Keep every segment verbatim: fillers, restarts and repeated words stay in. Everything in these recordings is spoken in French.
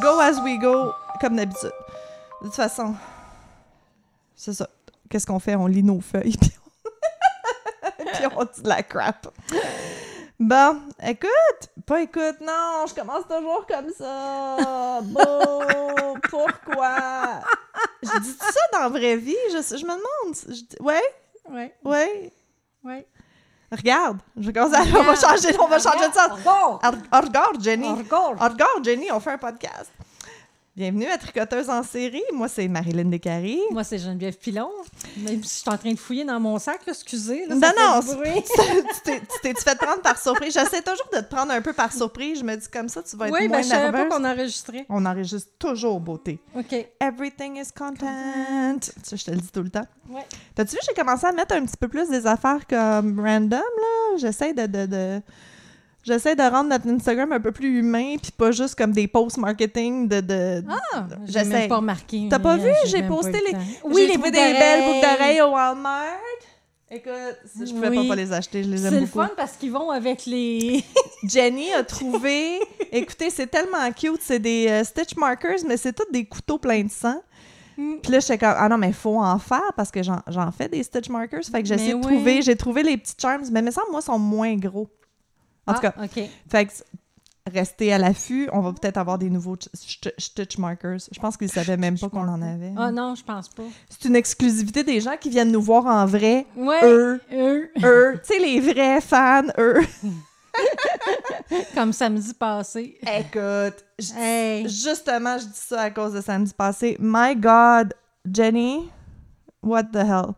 go as we go, comme d'habitude. De toute façon, c'est ça. Qu'est-ce qu'on fait? On lit nos feuilles, puis on, puis on dit de la crap. Bon, écoute, pas écoute, non, je commence toujours comme ça. Bon, pourquoi? Je dis ça dans la vraie vie? Je, je me demande. Je dis, ouais? Ouais. Ouais? Ouais. Regarde, je vais commencer à, on va changer, on va changer de ça. Regarde. Regarde, Jenny. Regarde. Regarde, Jenny, on fait un podcast. Bienvenue à Tricoteuse en série. Moi, c'est Marilyn Descaries. Moi, c'est Geneviève Pilon. Même si je suis en train de fouiller dans mon sac, là, excusez. Là, non, ça non, fait du bruit. tu t'es, tu t'es-tu fait prendre par surprise? J'essaie toujours de te prendre un peu par surprise. Je me dis comme ça, tu vas être Oui, moins ben, je savais nerveuse. pas qu'on enregistrait. On enregistre toujours, beauté. OK. Everything is content. Ça, je te le dis tout le temps. Ouais. T'as-tu vu, j'ai commencé à mettre un petit peu plus des affaires comme random, là. J'essaie de... de, de... J'essaie de rendre notre Instagram un peu plus humain, puis pas juste comme des posts marketing de... de... Ah, j'ai J'essaie. même pas remarqué. T'as pas mais, vu? euh, J'ai même posté pas eu le les... temps. Oui, Oui, j'ai les trouvé boucles des belles boucles d'oreilles. d'oreilles au Walmart. Écoute, je pouvais Oui. pas, pas les acheter, je les aime C'est le beaucoup. fun parce qu'ils vont avec les... Jenny a trouvé... Écoutez, c'est tellement cute, c'est des euh, stitch markers, mais c'est tous des couteaux pleins de sang. Mm. Puis là, j'étais comme, ah non, mais il faut en faire parce que j'en, j'en fais des stitch markers. Fait que j'essaie Mais de oui. trouver, j'ai trouvé les petits charms, mais me semble, moi, sont moins gros. En tout cas, Ah, OK. fait que restez à l'affût. On va peut-être avoir des nouveaux ch- ch- stitch markers. Je pense qu'ils savaient même pas qu'on en avait. Ah non, je pense pas. C'est une exclusivité des gens qui viennent nous voir en vrai. Ouais. Eux, Eux. eux. Tu sais, les vrais fans, eux. Comme samedi passé. Écoute, je dis- Hey. justement, je dis ça à cause de samedi passé. My God, Jenny, what the hell?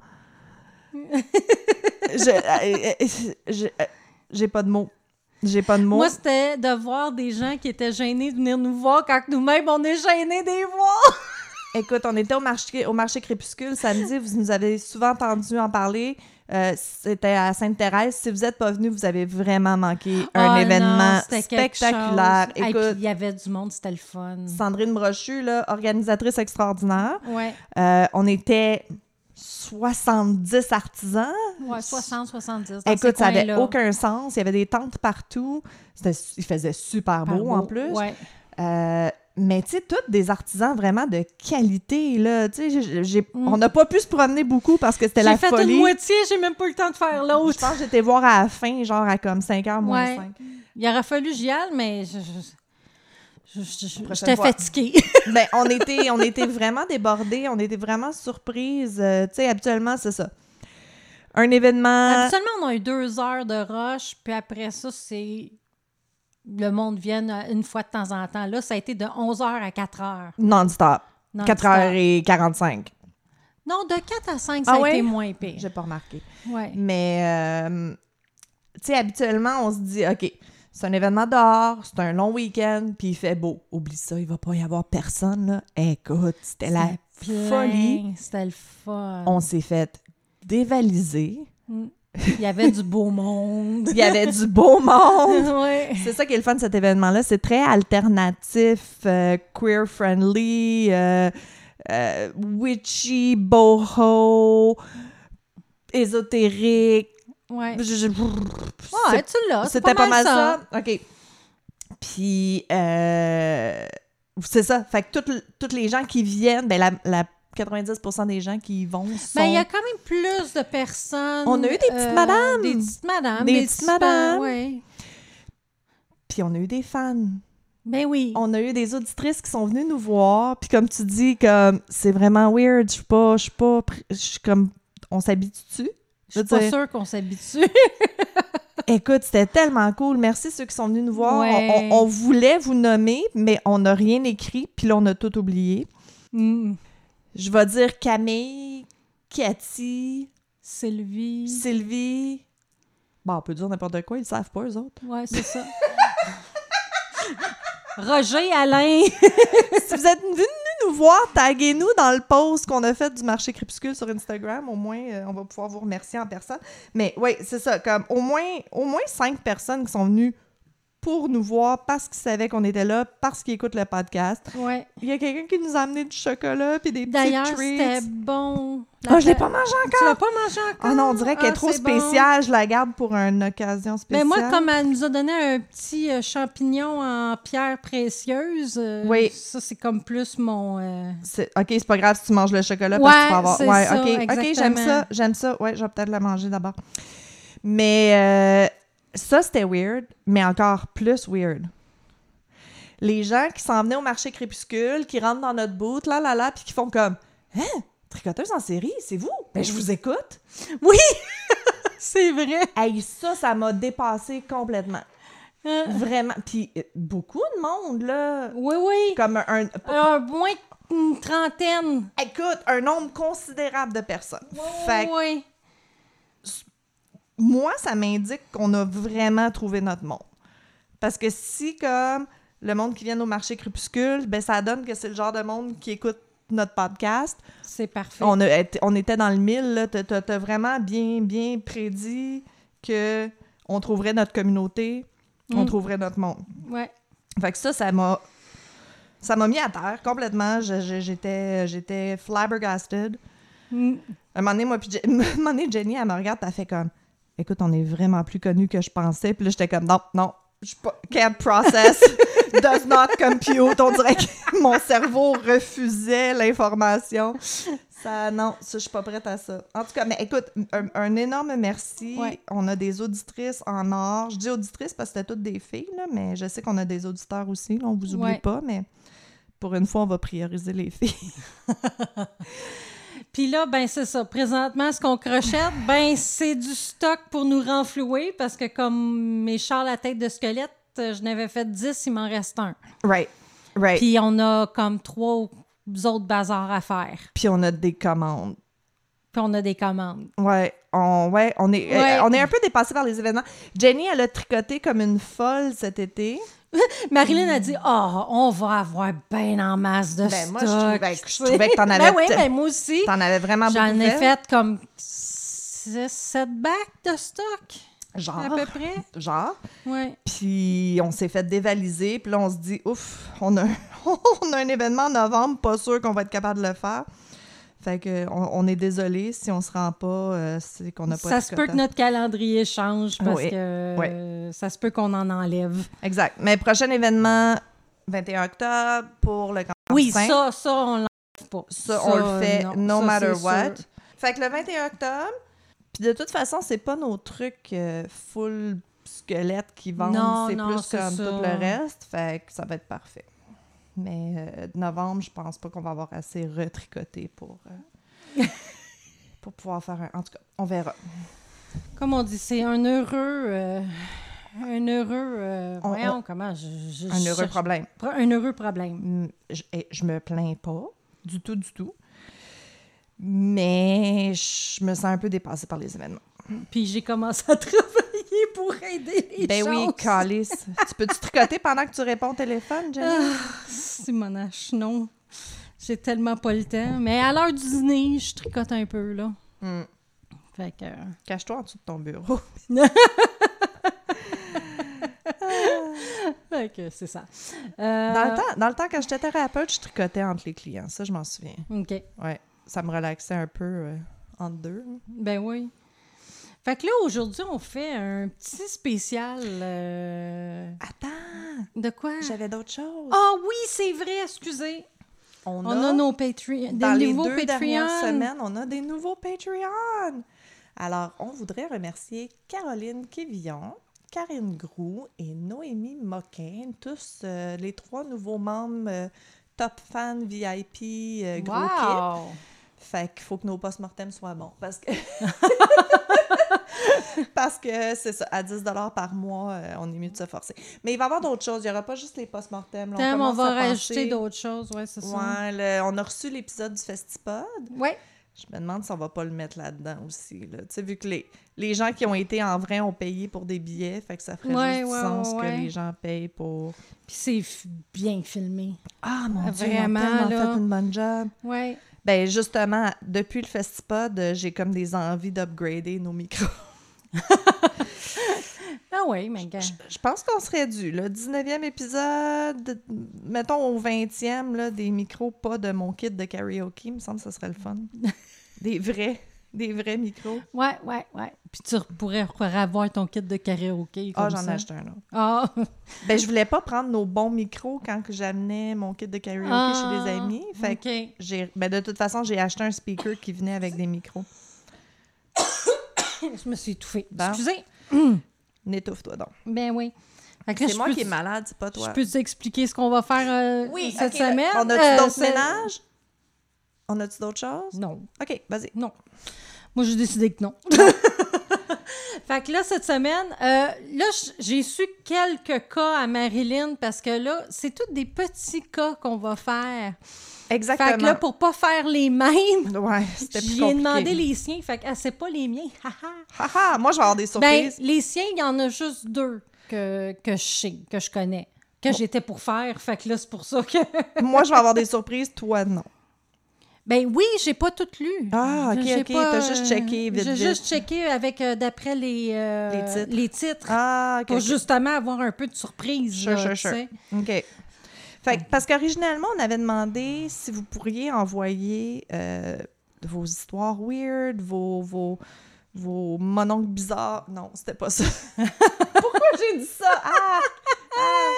je, euh, euh, je- euh, j'ai pas de mots. J'ai pas de mots. Moi, c'était de voir des gens qui étaient gênés de venir nous voir quand nous-mêmes, on est gênés de les voir. Écoute, on était au marché, au marché Crépuscule samedi. Vous nous avez souvent entendu en parler. Euh, c'était à Sainte-Thérèse. Si vous n'êtes pas venu, vous avez vraiment manqué un Ah événement non, c'était quelque spectaculaire. chose. Hey, Écoute, puis il y avait du monde, c'était le fun. Sandrine Brochu, là, organisatrice extraordinaire. Ouais, Euh, on était soixante-dix artisans. ouais soixante, soixante-dix. Dans Écoute, ces ça n'avait coins-là. aucun sens. Il y avait des tentes partout. C'était, il faisait super Par beau, en plus. Ouais. Euh, mais tu sais, tous des artisans vraiment de qualité, là. Tu sais, j'ai- j'ai- Mm. on n'a pas pu se promener beaucoup parce que c'était J'ai la fait folie. une moitié, j'ai même pas eu le temps de faire Je l'autre. pense que j'étais voir à la fin, genre à comme cinq heures moins Ouais. cinq. Il aurait fallu que j'y aille, mais je, je, je- je- je- Prochaine j'étais fois. fatiguée. Ben, on était, on était vraiment débordés, on était vraiment surprises. Euh, tu sais, habituellement, c'est ça. Un événement... Habituellement, on a eu deux heures de rush, puis après ça, c'est... Le monde vient une fois de temps en temps. Là, ça a été de onze heures à quatre heures. Non-stop. Non-stop. quatre heures quarante-cinq. Non, de quatre à cinq, ça Ah a ouais? été moins pire. J'ai pas remarqué. Ouais. Mais, euh, tu sais, habituellement, on se dit, OK, c'est un événement dehors, c'est un long week-end, puis il fait beau. Oublie ça, il va pas y avoir personne, là. Écoute, c'était la C'était folie. plein, c'était le fun. On s'est fait dévaliser. Mm. Il y avait du beau monde. Il y avait du beau monde. Ouais. C'est ça qui est le fun de cet événement-là. C'est très alternatif, euh, queer-friendly, euh, euh, witchy, boho, ésotérique. Ouais. Je- je- Ah, c'est- tu l'as. c'est C'était pas mal ça. OK. Puis, euh, c'est ça. Fait que toutes, toutes les gens qui viennent, ben la, la quatre-vingt-dix pour cent des gens qui y vont sont... Ben, il y a quand même plus de personnes. On a eu des petites madames. Des petites madames. Des petites madames. Oui. Puis on a eu des fans. Ben oui. On a eu des auditrices qui sont venues nous voir. Puis comme tu dis, comme c'est vraiment weird. Je suis pas... Je suis pas... pr- Je suis comme... On s'habitue-tu? Je suis pas sûre qu'on s'habitue. Écoute, c'était tellement cool. Merci ceux qui sont venus nous voir. Ouais. On, on- on voulait vous nommer, mais on n'a rien écrit. Puis là, on a tout oublié. Mm. Je vais dire Camille, Cathy, Sylvie. Sylvie. Bon, on peut dire n'importe quoi, ils le savent pas, eux autres. Ouais, c'est ça. Roger, Alain. Si vous êtes venus nous voir, taguez-nous dans le post qu'on a fait du marché Crépuscule sur Instagram. Au moins, euh, on va pouvoir vous remercier en personne. Mais oui, c'est ça. Comme au moins, au moins cinq personnes qui sont venues pour nous voir parce qu'ils savaient qu'on était là, parce qu'ils écoutent le podcast. Ouais. Il y a quelqu'un qui nous a amené du chocolat puis des petits D'ailleurs, treats. c'était bon. Ah, oh, je l'ai pas mangé Tu encore! l'as pas mangé encore? Ah non, on dirait qu'elle Ah, est trop c'est spéciale. Je la garde pour une occasion bon. spéciale. Mais moi, comme elle nous a donné un petit euh, champignon en pierre précieuse, euh, Oui. ça, c'est comme plus mon... euh, C'est... OK, c'est pas grave si tu manges le chocolat Ouais, parce que tu vas avoir... c'est Ouais, ça, OK, OK, exactement. j'aime ça, j'aime ça. Ouais, je vais peut-être la manger d'abord. Mais euh, ça, c'était weird, mais encore plus weird. Les gens qui s'en venaient au marché Crépuscule, qui rentrent dans notre booth, là, là, là, puis qui font comme « Hein? Tricoteuse en série, c'est vous? Ben, je vous écoute! » Oui! C'est vrai! Hey, ça, ça m'a dépassé complètement. Euh, Vraiment. Puis euh, beaucoup de monde, là, oui, oui! comme un... un- Un moins une trentaine. écoute, un nombre considérable de personnes. Oui, Fait que oui. moi, ça m'indique qu'on a vraiment trouvé notre monde. Parce que si, comme le monde qui vient au marché Crépuscule, ben ça donne que c'est le genre de monde qui écoute notre podcast. C'est parfait. On, a, été- on était dans le mille, là. T'as, t'as- t'as vraiment bien, bien prédit que on trouverait notre communauté, on Mm. trouverait notre monde. Ouais. Fait que ça, ça m'a... Ça m'a mis à terre complètement. Je- je- j'étais, j'étais flabbergasted. Mm. Un moment donné, moi, puis Je- un moment donné, Jenny, elle me regarde, elle fait comme « Écoute, on est vraiment plus connus que je pensais. » Puis là, j'étais comme « Non, non, je suis pas... Can't process. Does not compute. » On dirait que mon cerveau refusait l'information. Ça, non, ça, je suis pas prête à ça. En tout cas, mais écoute, un, un énorme merci. Ouais. On a des auditrices en or. Je dis auditrices parce que c'était toutes des filles, là, mais je sais qu'on a des auditeurs aussi. Là, on vous oublie Ouais. pas, mais pour une fois, on va prioriser les filles. Puis là, ben c'est ça. Présentement, ce qu'on crochette, ben c'est du stock pour nous renflouer parce que comme mes chars à tête de squelette, euh, je n'avais fait dix, il m'en reste un. Right, right. Puis, Puis on a comme trois autres bazars à faire. on a des commandes. Puis on a des commandes. Ouais, on, ouais, on est, Ouais. euh, on est un peu dépassé par les événements. Jenny, elle a tricoté comme une folle cet été. Marilyn a dit « Ah, on va avoir bien en masse de Ben, stock. » moi, je trouvais, je trouvais que t'en avais... Ben oui, t- ben moi aussi. T'en avais vraiment J'en beaucoup ai fait. fait comme six, sept bacs de stock, Genre, à peu près. genre. Ouais. Puis on s'est fait dévaliser. Puis là, on se dit, ouf, on a, on a un événement en novembre, pas sûr qu'on va être capable de le faire. Fait que on, on est désolé si on se rend pas, euh, c'est qu'on n'a pas Ça se peut que notre calendrier change parce Oui, que euh, ça se peut qu'on en enlève. Exact. Mais prochain événement, vingt et un octobre, pour le campus. Oui, ça, ça, on l'enlève pas. Ça, on le fait non, no ça, matter c'est what. sûr. Fait que le vingt et un octobre, puis de toute façon, c'est pas nos trucs euh, full squelette qui vendent, Non, c'est non, plus c'est comme ça. tout le reste. Fait que ça va être parfait. Mais euh, novembre, je pense pas qu'on va avoir assez retricoté pour, euh, pour pouvoir faire un... En tout cas, on verra. Comme on dit, c'est un heureux... euh, un heureux... euh, On- voyons, on- comment... Je, je Un heureux cherche- problème. Pro- Un heureux problème. Mm, Je, et je me plains pas, du tout, du tout. Mais je me sens un peu dépassée par les événements. Puis j'ai commencé à travailler pour aider les Ben oui, choses. calice. Tu peux-tu tricoter pendant que tu réponds au téléphone, Jenny? Ah, Simonache, non. J'ai tellement pas le temps. Mais à l'heure du dîner, je tricote un peu, là. Mm. Fait que... Cache-toi en dessous de ton bureau. Fait que c'est ça. Euh, Dans le temps, dans le temps quand j'étais thérapeute, je tricotais entre les clients. Ça, je m'en souviens. OK. Ouais, ça me relaxait un peu euh, entre deux. Ben oui. Fait que là, aujourd'hui, on fait un petit spécial... euh, Attends, De quoi? j'avais d'autres choses. Ah oui, c'est vrai, excusez. on, On a nos Patreons. dans Des les nouveaux deux dernières Patreons. semaines, on a des nouveaux Patreons. Alors, on voudrait remercier Caroline Quévillon, Karine Groux et Noémie Moquin, tous euh, les trois nouveaux membres euh, top fans V I P euh, gros kit. Wow! Fait qu'il faut que nos post-mortem soient bons. Parce que, parce que c'est ça, à dix dollars par mois, euh, on est mieux de se forcer. Mais il va y avoir d'autres choses. Il n'y aura pas juste les post-mortem. Là, Tam, on commence va à rajouter penser- d'autres choses, ouais, c'est ça. Ouais, le- on a reçu l'épisode du Festipod. Ouais. Je me demande si on va pas le mettre là-dedans aussi. Là. Tu sais, vu que les, les gens qui ont été en vrai ont payé pour des billets, fait que ça ferait Ouais, juste ouais, du sens ouais, ouais. que les gens payent pour... Puis c'est f- bien filmé. Ah, mon Dieu, Vraiment, ils ont tellement là. fait une bonne job. Ouais. Ben justement, depuis le Festipod, euh, j'ai comme des envies d'upgrader nos micros. Ah oui, mais gars. Je, je pense qu'on serait dû, là. dix-neuvième épisode, mettons au vingtième, là, des micros pas de mon kit de karaoke, il me semble que ce serait le fun. Des vrais, des vrais micros. Ouais, ouais, ouais. Puis tu pourrais avoir ton kit de karaoké. Ah, comme j'en ai ça. acheté un autre. Ah! Ben, je voulais pas prendre nos bons micros quand que j'amenais mon kit de karaoke Ah, chez des amis. Fait que OK. j'ai, ben, de toute façon, j'ai acheté un speaker qui venait avec des micros. Je me suis étouffée. Bon. Excusez. N'étouffe-toi donc. Ben oui. Fait que là, C'est je moi peux qui est t- malade, c'est pas Je toi. peux t'expliquer ce qu'on va faire euh, Oui, cette ok, semaine? On a-tu Euh, d'autres c'est- ménages? On a-tu d'autres choses? Non. OK, vas-y. Non. Moi, j'ai décidé que non. Fait que là, cette semaine, euh, là, j- j'ai su quelques cas à Marilyn parce que là, c'est tous des petits cas qu'on va faire. Exactement. Fait que là, pour pas faire les mêmes, Ouais, c'était plus j'ai compliqué. demandé les siens. Fait qu'elle sait pas les miens. Haha. Haha, moi, je vais avoir des Ben, surprises. les siens, il y en a juste deux que, que je sais, que je connais, que j'étais pour faire. Fait que là, c'est pour ça que... Moi, je vais avoir des surprises, toi, non. Ben oui, j'ai pas tout lu. Ah, OK, J'ai OK, pas, t'as juste euh, checké vite, J'ai vite. juste checké avec, euh, d'après les, euh, Les titres. les titres. Ah, OK. Pour OK. justement avoir un peu de surprise. Sure, là, sure, tu sure. sais. OK. Fait que, parce qu'originalement, on avait demandé si vous pourriez envoyer euh, vos histoires weird, vos, vos, vos mononcles bizarres. Non, c'était pas ça. Pourquoi j'ai dit ça? Ah! Ah!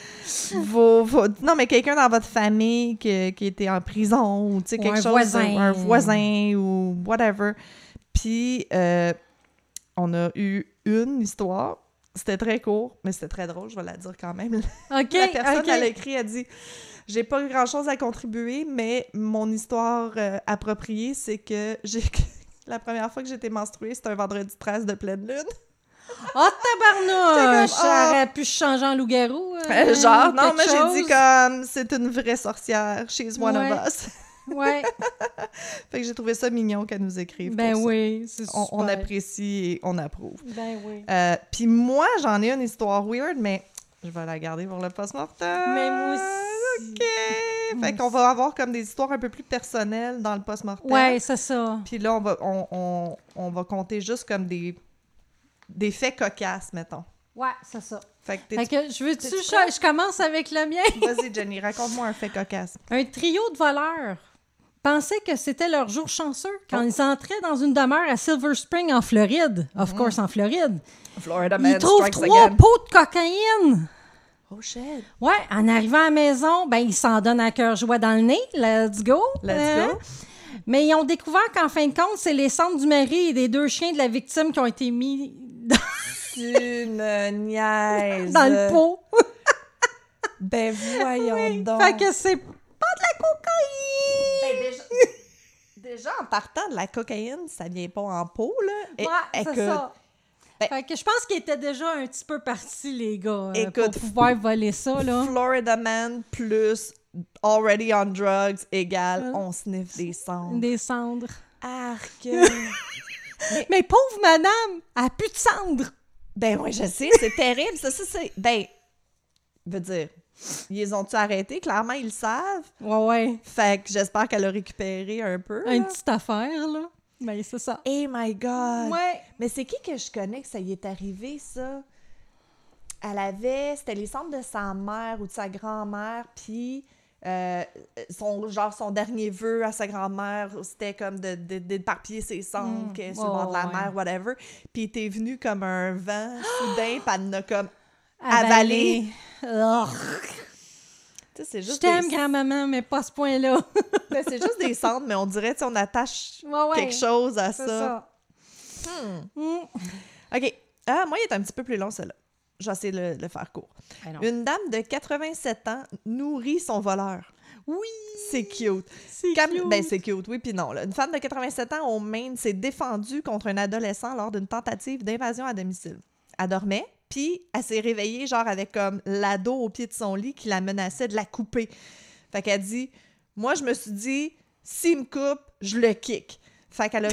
Vos, vos- Non, mais quelqu'un dans votre famille qui, qui était en prison ou tu sais, Ou quelque un chose, voisin. un voisin ou whatever. Puis, euh, on a eu une histoire. C'était très court, mais c'était très drôle, je vais la dire quand même. OK, La personne, OK. elle a écrit, elle dit « J'ai pas grand-chose à contribuer, mais mon histoire euh, appropriée, c'est que j'ai la première fois que j'étais menstruée, c'était un vendredi treize de pleine lune. Oh, tabarnouche! J'étais comme, ah. Ça aurait pu changer en loup-garou. euh, Euh, Genre, non, quelque mais j'ai dit chose. comme « C'est une vraie sorcière, she's one Ouais. of us. Ouais, » Fait que j'ai trouvé ça mignon qu'elle nous écrive ben pour ça. oui, c'est On, super. on apprécie et on approuve. Ben oui. Euh, Puis moi, j'en ai une histoire weird, mais je vais la garder pour le post-mortem. Mais moi aussi. OK. Fait qu'on va avoir comme des histoires un peu plus personnelles dans le post-mortem. Ouais, c'est ça. Puis là, on va, on, on, on va compter juste comme des, des faits cocasses, mettons. Ouais, c'est ça. Fait que, t'es- Fait que je veux-tu, t'es-tu je, prête? je commence avec le mien. Vas-y, Jenny, raconte-moi un fait cocasse. Un trio de voleurs pensaient que c'était leur jour chanceux quand Oh. ils entraient dans une demeure à Silver Spring, en Floride. Of course, en Floride. Florida Ils man trouvent strikes trois again. pots de cocaïne. Oh shit. Ouais, en arrivant à la maison, ben ils s'en donnent à cœur joie dans le nez. Let's go. Let's Hein? go. Mais ils ont découvert qu'en fin de compte, c'est les cendres du mari et des deux chiens de la victime qui ont été mis dans, Tu me niaises. dans le pot. Ben voyons donc. Fait que c'est pas de la cocaïne. Ben, déjà, déjà, en partant de la cocaïne, ça vient pas en pot, là. Et- Ouais, c'est écoute, ça. ben- Fait que je pense qu'ils étaient déjà un petit peu partis, les gars, euh, Écoute, pour pouvoir voler ça, là. Florida man plus already on drugs égale Hein? on sniffe des cendres. Des cendres. Arc. Mais pauvre madame, elle a plus de cendres. Ben oui, je sais, c'est terrible. Ça, ça, c'est... Ben, veut dire, ils les ont-tu arrêtés? Clairement, ils le savent. Ouais, ouais. Fait que j'espère qu'elle a récupéré un peu. Une là. petite affaire, là. Ben, c'est ça. Oh my God! Ouais. Mais c'est qui que je connais que ça y est arrivé, ça? Elle avait... C'était les cendres de sa mère ou de sa grand-mère, puis... Euh, son, genre, son dernier vœu à sa grand-mère, c'était comme de, de, d'éparpiller ses cendres Mm. qui est sur le Oh, bord de la ouais. mer, whatever. Puis il était venu comme un vent soudain, puis elle en a comme... Avalé. Urgh. Tu sais, c'est Je juste t'aime, des... grand-maman, mais pas à ce point-là. Ben, c'est juste des cendres, mais on dirait, tu sais, on attache Ouais, ouais. quelque chose à C'est ça. ça. Hmm. Mm. OK. Ah, moi, il est un petit peu plus long, celui-là. Je vais essayer de le, de le faire court. Ben non. Une dame de quatre-vingt-sept ans nourrit son voleur. Oui! C'est cute. C'est Cam- cute. Ben, c'est cute, oui, puis non. Là. Une femme de quatre-vingt-sept ans au Maine s'est défendue contre un adolescent lors d'une tentative d'invasion à domicile. Elle dormait, puis elle s'est réveillée, genre, avec comme l'ado au pied de son lit qui la menaçait de la couper. Fait qu'elle dit, moi, je me suis dit, s'il me coupe, je le kick. Fait qu'elle a...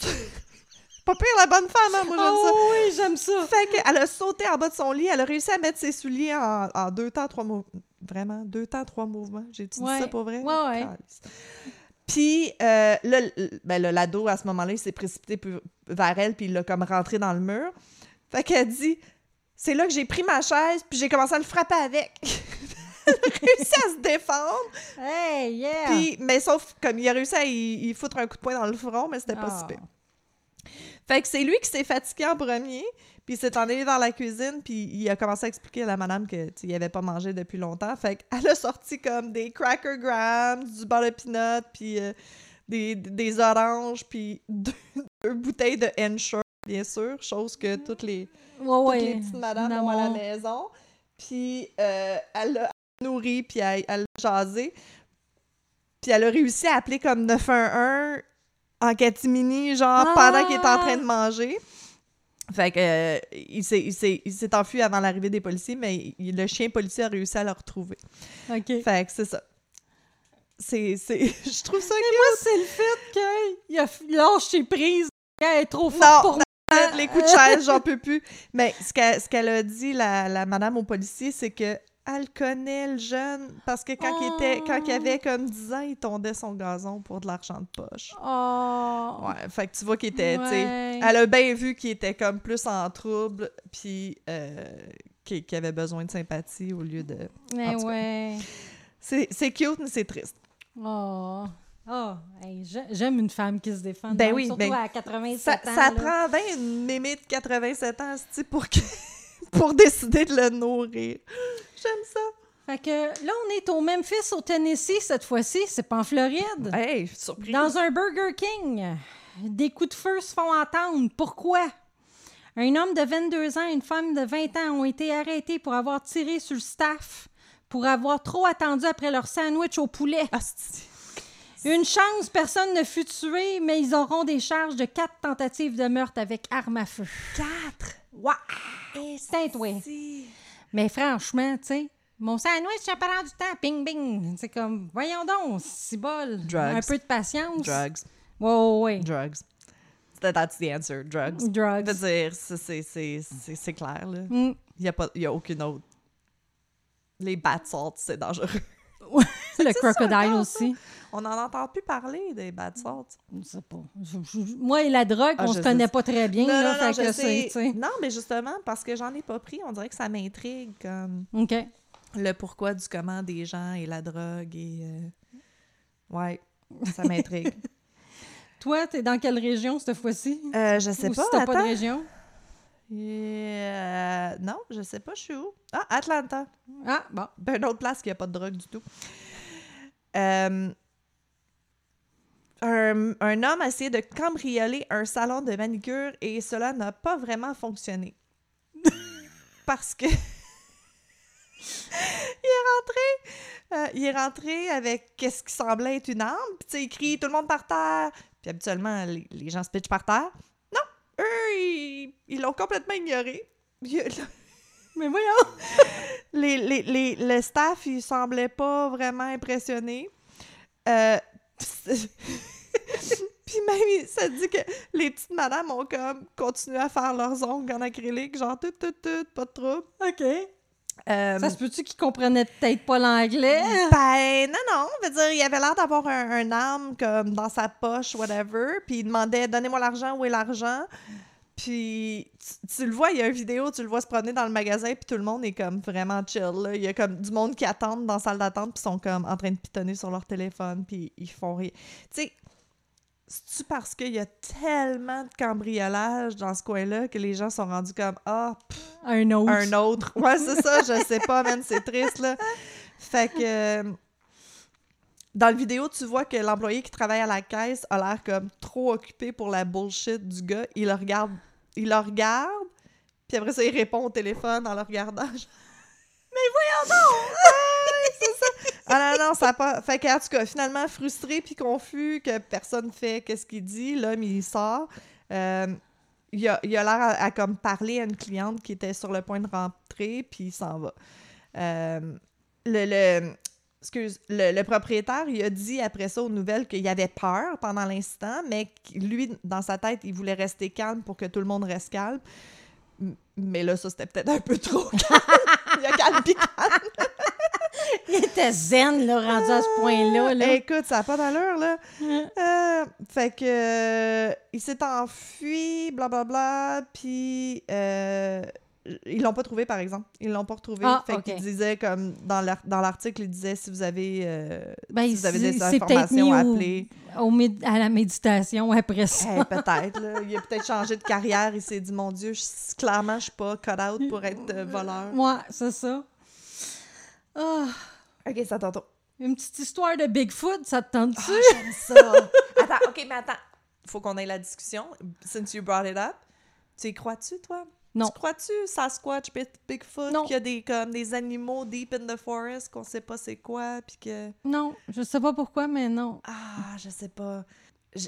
Pas pire, la bonne femme, hein? Moi, j'aime ça. Oh oui, j'aime ça. Fait qu'elle a sauté en bas de son lit, elle a réussi à mettre ses souliers en, en deux temps, trois mouvements. Vraiment, deux temps, trois mouvements. J'ai-tu Ouais. dit ça pour vrai? Ouais, ouais. Calisse. Puis, euh, là, l- ben, là, l'ado, à ce moment-là, il s'est précipité p- vers elle, puis il l'a comme rentré dans le mur. Fait qu'elle dit, c'est là que j'ai pris ma chaise, puis j'ai commencé à le frapper avec. Il a réussi à se défendre. Hey, yeah! Puis, mais sauf, comme il a réussi à y, y foutre un coup de poing dans le front, mais c'était pas Oh. si pire. Fait que c'est lui qui s'est fatigué en premier, puis il s'est en allé dans la cuisine, puis il a commencé à expliquer à la madame que, tu sais, il avait pas mangé depuis longtemps. Fait qu'elle a sorti comme des Cracker Grams, du beurre de peanut, puis euh, des, des oranges, puis deux, deux bouteilles de Ensure, bien sûr, chose que toutes les, Ouais, toutes ouais. les petites madames ont à la maison. Puis euh, elle l'a nourri, puis elle, elle l'a jasé. Puis elle a réussi à appeler comme neuf un un en catimini, genre, Ah! pendant qu'il était en train de manger. Fait que euh, il, s'est, il, s'est, il s'est enfui avant l'arrivée des policiers, mais il, le chien policier a réussi à le retrouver. OK. Fait que c'est ça. C'est... c'est je trouve ça Mais moi, c'est le fait qu'il a lâché prise. Elle est trop forte Non, pour moi. non, les coups de chaise, j'en peux plus. Mais ce qu'elle, ce qu'elle a dit, la, la madame au policier, c'est que elle connaît le jeune parce que quand, Oh. il était, quand il avait comme dix ans, il tondait son gazon pour de l'argent de poche. Oh! Ouais, fait que tu vois qu'il était, tu sais, Ouais. elle a bien vu qu'il était comme plus en trouble, puis euh, qu'il, qu'il avait besoin de sympathie au lieu de... Mais en tout cas. ouais. C'est, c'est cute, mais c'est triste. Oh! Oh! Hey, j'ai- j'aime une femme qui se défend. Ben donc, oui, surtout ben, à quatre-vingt-sept Ça, ans. ça là. prend bien une mémé de quatre-vingt-sept ans, c'ti, pour, que, pour décider de le nourrir. J'aime ça. Fait que là, on est au Memphis, au Tennessee, cette fois-ci. C'est pas en Floride. Hey, surprise. Dans un Burger King, des coups de feu se font entendre. Pourquoi? Un homme de vingt-deux ans et une femme de vingt ans ont été arrêtés pour avoir tiré sur le staff, pour avoir trop attendu après leur sandwich au poulet. Ah, c'est... Une chance, personne ne fut tué, mais ils auront des charges de quatre tentatives de meurtre avec arme à feu. Quatre! Ouais! Et c'est toi. Si. Mais franchement, tu sais, mon sandwich, ça prend du temps. Ping, bing. C'est comme, voyons donc, si bol. Drugs. Un peu de patience. Drugs. Ouais, ouais, ouais. Drugs. That- That's the answer. Drugs. Drugs. Je veux dire, c'est, c'est, c'est, c'est, c'est clair, là. Mm. Il n'y a, pas- il y a aucune autre. Les bath salts, c'est dangereux. Le C'est ça, crocodile encore, aussi. On n'en entend plus parler des bath salts. Je sais pas. Je- je- moi et la drogue, Ah, on je se sais. connaît pas très bien. Non, là, non, non, fait je que sais. c'est, tu sais. Non, mais justement, parce que j'en ai pas pris, on dirait que ça m'intrigue, comme OK. le pourquoi du comment des gens et la drogue et... euh, Ouais, ça m'intrigue. Toi, t'es dans quelle région cette fois-ci? euh, je sais Ou pas, si t'as attends. pas de région? Euh, non, je sais pas, je suis où? Ah, Atlanta. Ah, bon. Ben, une autre place qui a pas de drogue du tout. Euh, un, un homme a essayé de cambrioler un salon de manicure et cela n'a pas vraiment fonctionné. Parce que il est rentré euh, il est rentré avec qu'est-ce qui semblait être une arme, puis tu sais, il crie « Tout le monde par terre! » Puis habituellement, les, les gens se pitchent par terre. Non! Eux, ils, ils l'ont complètement ignoré. Il- Mais voyons! les, les, les, le staff, il semblait pas vraiment impressionné. Euh, Puis même, il- ça dit que les petites madames ont comme continué à faire leurs ongles en acrylique, genre tout, tout, tout, pas de trouble. OK. Euh, Ça se peut-tu qu'ils comprenaient peut-être pas l'anglais? Ben, non, non. Je veux dire, il avait l'air d'avoir un, un arme comme dans sa poche, whatever. Puis il demandait « Donnez-moi l'argent, où est l'argent? » Puis tu, tu le vois, il y a une vidéo, tu le vois se promener dans le magasin, puis tout le monde est comme vraiment chill, là. Il y a comme du monde qui attend dans la salle d'attente, puis sont comme en train de pitonner sur leur téléphone, puis ils font rien. Tu sais, c'est-tu parce qu'il y a tellement de cambriolage dans ce coin-là que les gens sont rendus comme « Ah, pff, Un autre. un autre. » Ouais, c'est ça, je sais pas, man, c'est triste, là. Fait que... euh, dans la vidéo, tu vois que l'employé qui travaille à la caisse a l'air comme trop occupé pour la bullshit du gars. Il le regarde, il le regarde, puis après ça, il répond au téléphone en le regardant. Mais voyons donc! Ah, c'est ça! Ah non, non, ça a pas... Fait qu'en tout cas, finalement, frustré puis confus que personne fait qu'est-ce qu'il dit, l'homme, il sort. Euh, il a il a l'air à, à comme parler à une cliente qui était sur le point de rentrer, puis il s'en va. Euh, le... le Excuse, le, le propriétaire, il a dit après ça aux nouvelles qu'il avait peur pendant l'incident, mais que lui, dans sa tête, il voulait rester calme pour que tout le monde reste calme. M- Mais là, ça, c'était peut-être un peu trop calme. Il a calme pis calme. Il était zen, là, rendu à ce point-là. Là. Écoute, ça n'a pas d'allure, là. Euh, fait que... euh, il s'est enfui, blablabla, puis... Euh, ils l'ont pas trouvé, par exemple. Ils l'ont pas retrouvé. Ah, fait ok. qu'ils disaient, comme, dans l'ar- dans l'article, ils disaient, si vous avez, euh, Ben, si vous avez des c'est- c'est peut-être mis informations, au- appelez. Au méd- à la méditation après ça. Eh, peut-être, là. Il a peut-être changé de carrière. Il s'est dit, mon Dieu, je- clairement, je suis pas cut out pour être euh, voleur. Ouais, c'est ça. Ah, OK, ça t'entend. une petite histoire de Bigfoot, ça te tente-tu? Ah, j'aime ça. Attends, OK, mais attends. Faut qu'on ait la discussion. Since you brought it up. Tu y crois-tu, toi? Non. Tu crois-tu, Sasquatch, Big- Bigfoot, Non. qu'il y a des, comme, des animaux deep in the forest qu'on sait pas c'est quoi, puis que... Non, je sais pas pourquoi, mais non. Ah, je sais pas. Je-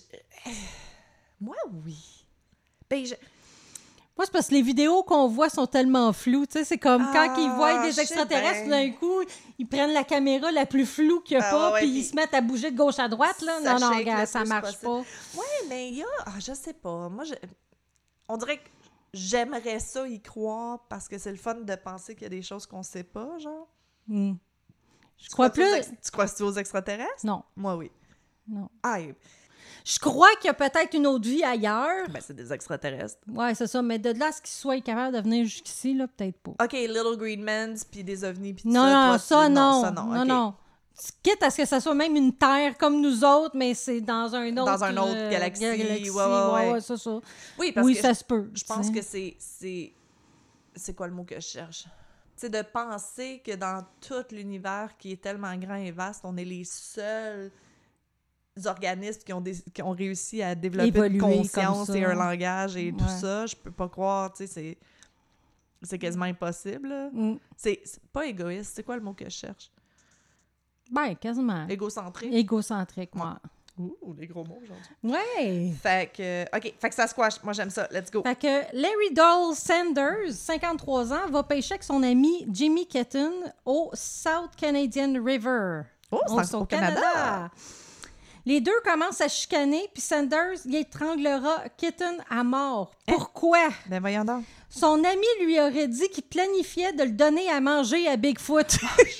Moi, oui. Ben, je... Moi, c'est parce que les vidéos qu'on voit sont tellement floues. Tu sais, c'est comme Ah, quand ils voient je des sais extraterrestres, bien. tout d'un coup, ils prennent la caméra la plus floue qu'il n'y a Ah, pas, ouais, ouais, puis puis ils se mettent à bouger de gauche à droite. Là. ça Non, non, shake regarde, le ça plus marche possible. pas. Ouais, mais il y a... Ah, je sais pas. Moi, je... on dirait que j'aimerais ça y croire parce que c'est le fun de penser qu'il y a des choses qu'on sait pas, genre. Hmm. Je Tu crois crois-tu aux plus... ex- Tu crois-tu aux extraterrestres? Non, Moi, oui. non. Ah, Je crois qu'il y a peut-être une autre vie ailleurs. ben, c'est des extraterrestres. Ouais, c'est ça. Mais de là à ce qu'ils soient capables de venir jusqu'ici, là, peut-être pas. OK, Little Green Men, puis des ovnis, puis tout Non, ça. non, toi, ça, tu- non. ça, non. Non, OK. non. Quitte à ce que ça soit même une Terre comme nous autres, mais c'est dans un autre... Dans un autre euh, galaxie, galaxie. ouais, ouais, ouais. ouais, ça, ça. Oui, parce Oui, que ça je, se peut. je pense tu sais. que c'est... c'est... C'est quoi le mot que je cherche? C'est de penser que dans tout l'univers qui est tellement grand et vaste, on est les seuls organismes qui ont, des, qui ont réussi à développer Évoluer une comme conscience ça. et un langage et tout Ouais. ça. Je peux pas croire, tu sais, c'est... C'est quasiment impossible, là. Mm. C'est c'est pas égoïste, c'est quoi le mot que je cherche? Ben, quasiment. Égocentrique? Égocentrique, moi. Ouh, les gros mots aujourd'hui. Ouais. Fait que, OK, fait que ça squash. Moi, j'aime ça. Let's go. Fait que Larry Doll Sanders, cinquante-trois ans, va pêcher avec son ami Jimmy Ketton au South Canadian River. Oh, c'est au Canada. Les deux commencent à chicaner, puis Sanders il étranglera Kitten à mort. Pourquoi? Ben, voyons donc. Son ami lui aurait dit qu'il planifiait de le donner à manger à Bigfoot.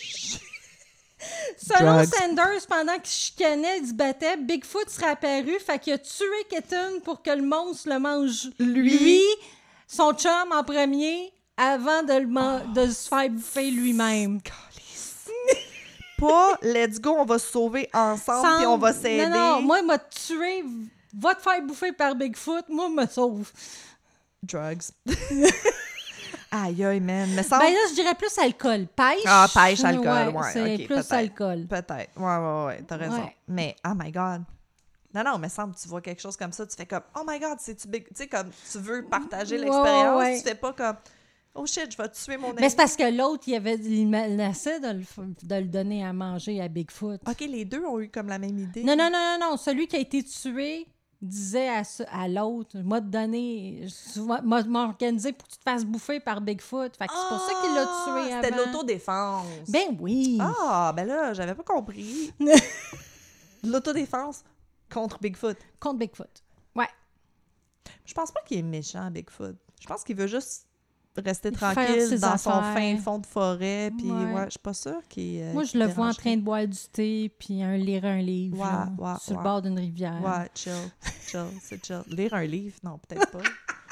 Selon Drugs. Sanders, pendant qu'il chicanait, il se battait, Bigfoot serait apparu, fait qu'il a tué Kitten pour que le monstre le mange Lui. lui, son chum en premier, avant de, le man- de se faire bouffer lui-même. Calice. Pas let's go, on va se sauver ensemble Sans- puis on va s'aider. Non, non, moi, il m'a tué, va te faire bouffer par Bigfoot, moi, me sauve. Drugs. Aïe, aïe, man. Mais ça. Ben là, je dirais plus alcool. Pêche. Ah, pêche, alcool, ouais, c'est ok, plus peut-être. alcool. Peut-être. Ouais, ouais, ouais, t'as raison. Ouais. Mais, oh my God. Non, non, mais semble tu vois quelque chose comme ça, tu fais comme, oh my God, c'est-tu big. Tu sais, comme, tu veux partager Ouais, l'expérience, ouais, ouais. tu fais pas comme, oh shit, je vais tuer mon ami. Mais c'est parce que l'autre, il avait il menacé de le, f- de le donner à manger à Bigfoot. OK, les deux ont eu comme la même idée. Non, non, non, non, non. Celui qui a été tué disait à, ce- à l'autre, m'a donné, m'a m'a organisé pour que tu te fasses bouffer par Bigfoot. Fait que c'est pour ça qu'il l'a tué avant. C'était de l'autodéfense. Ben oui. Ah, ben là, j'avais pas compris. De l'autodéfense contre Bigfoot. Contre Bigfoot. Ouais. Je pense pas qu'il est méchant, Bigfoot. Je pense qu'il veut juste rester Faire tranquille ses dans son affaires. fin fond de forêt. Puis Ouais. ouais, je suis pas sûre qu'il. euh, Moi, je qu'il le vois en dérangerait. train de boire du thé puis un, lire un livre Ouais, là, ouais, sur ouais. le bord d'une rivière. Ouais, chill. Chill, c'est chill. Lire un livre? Non, peut-être pas.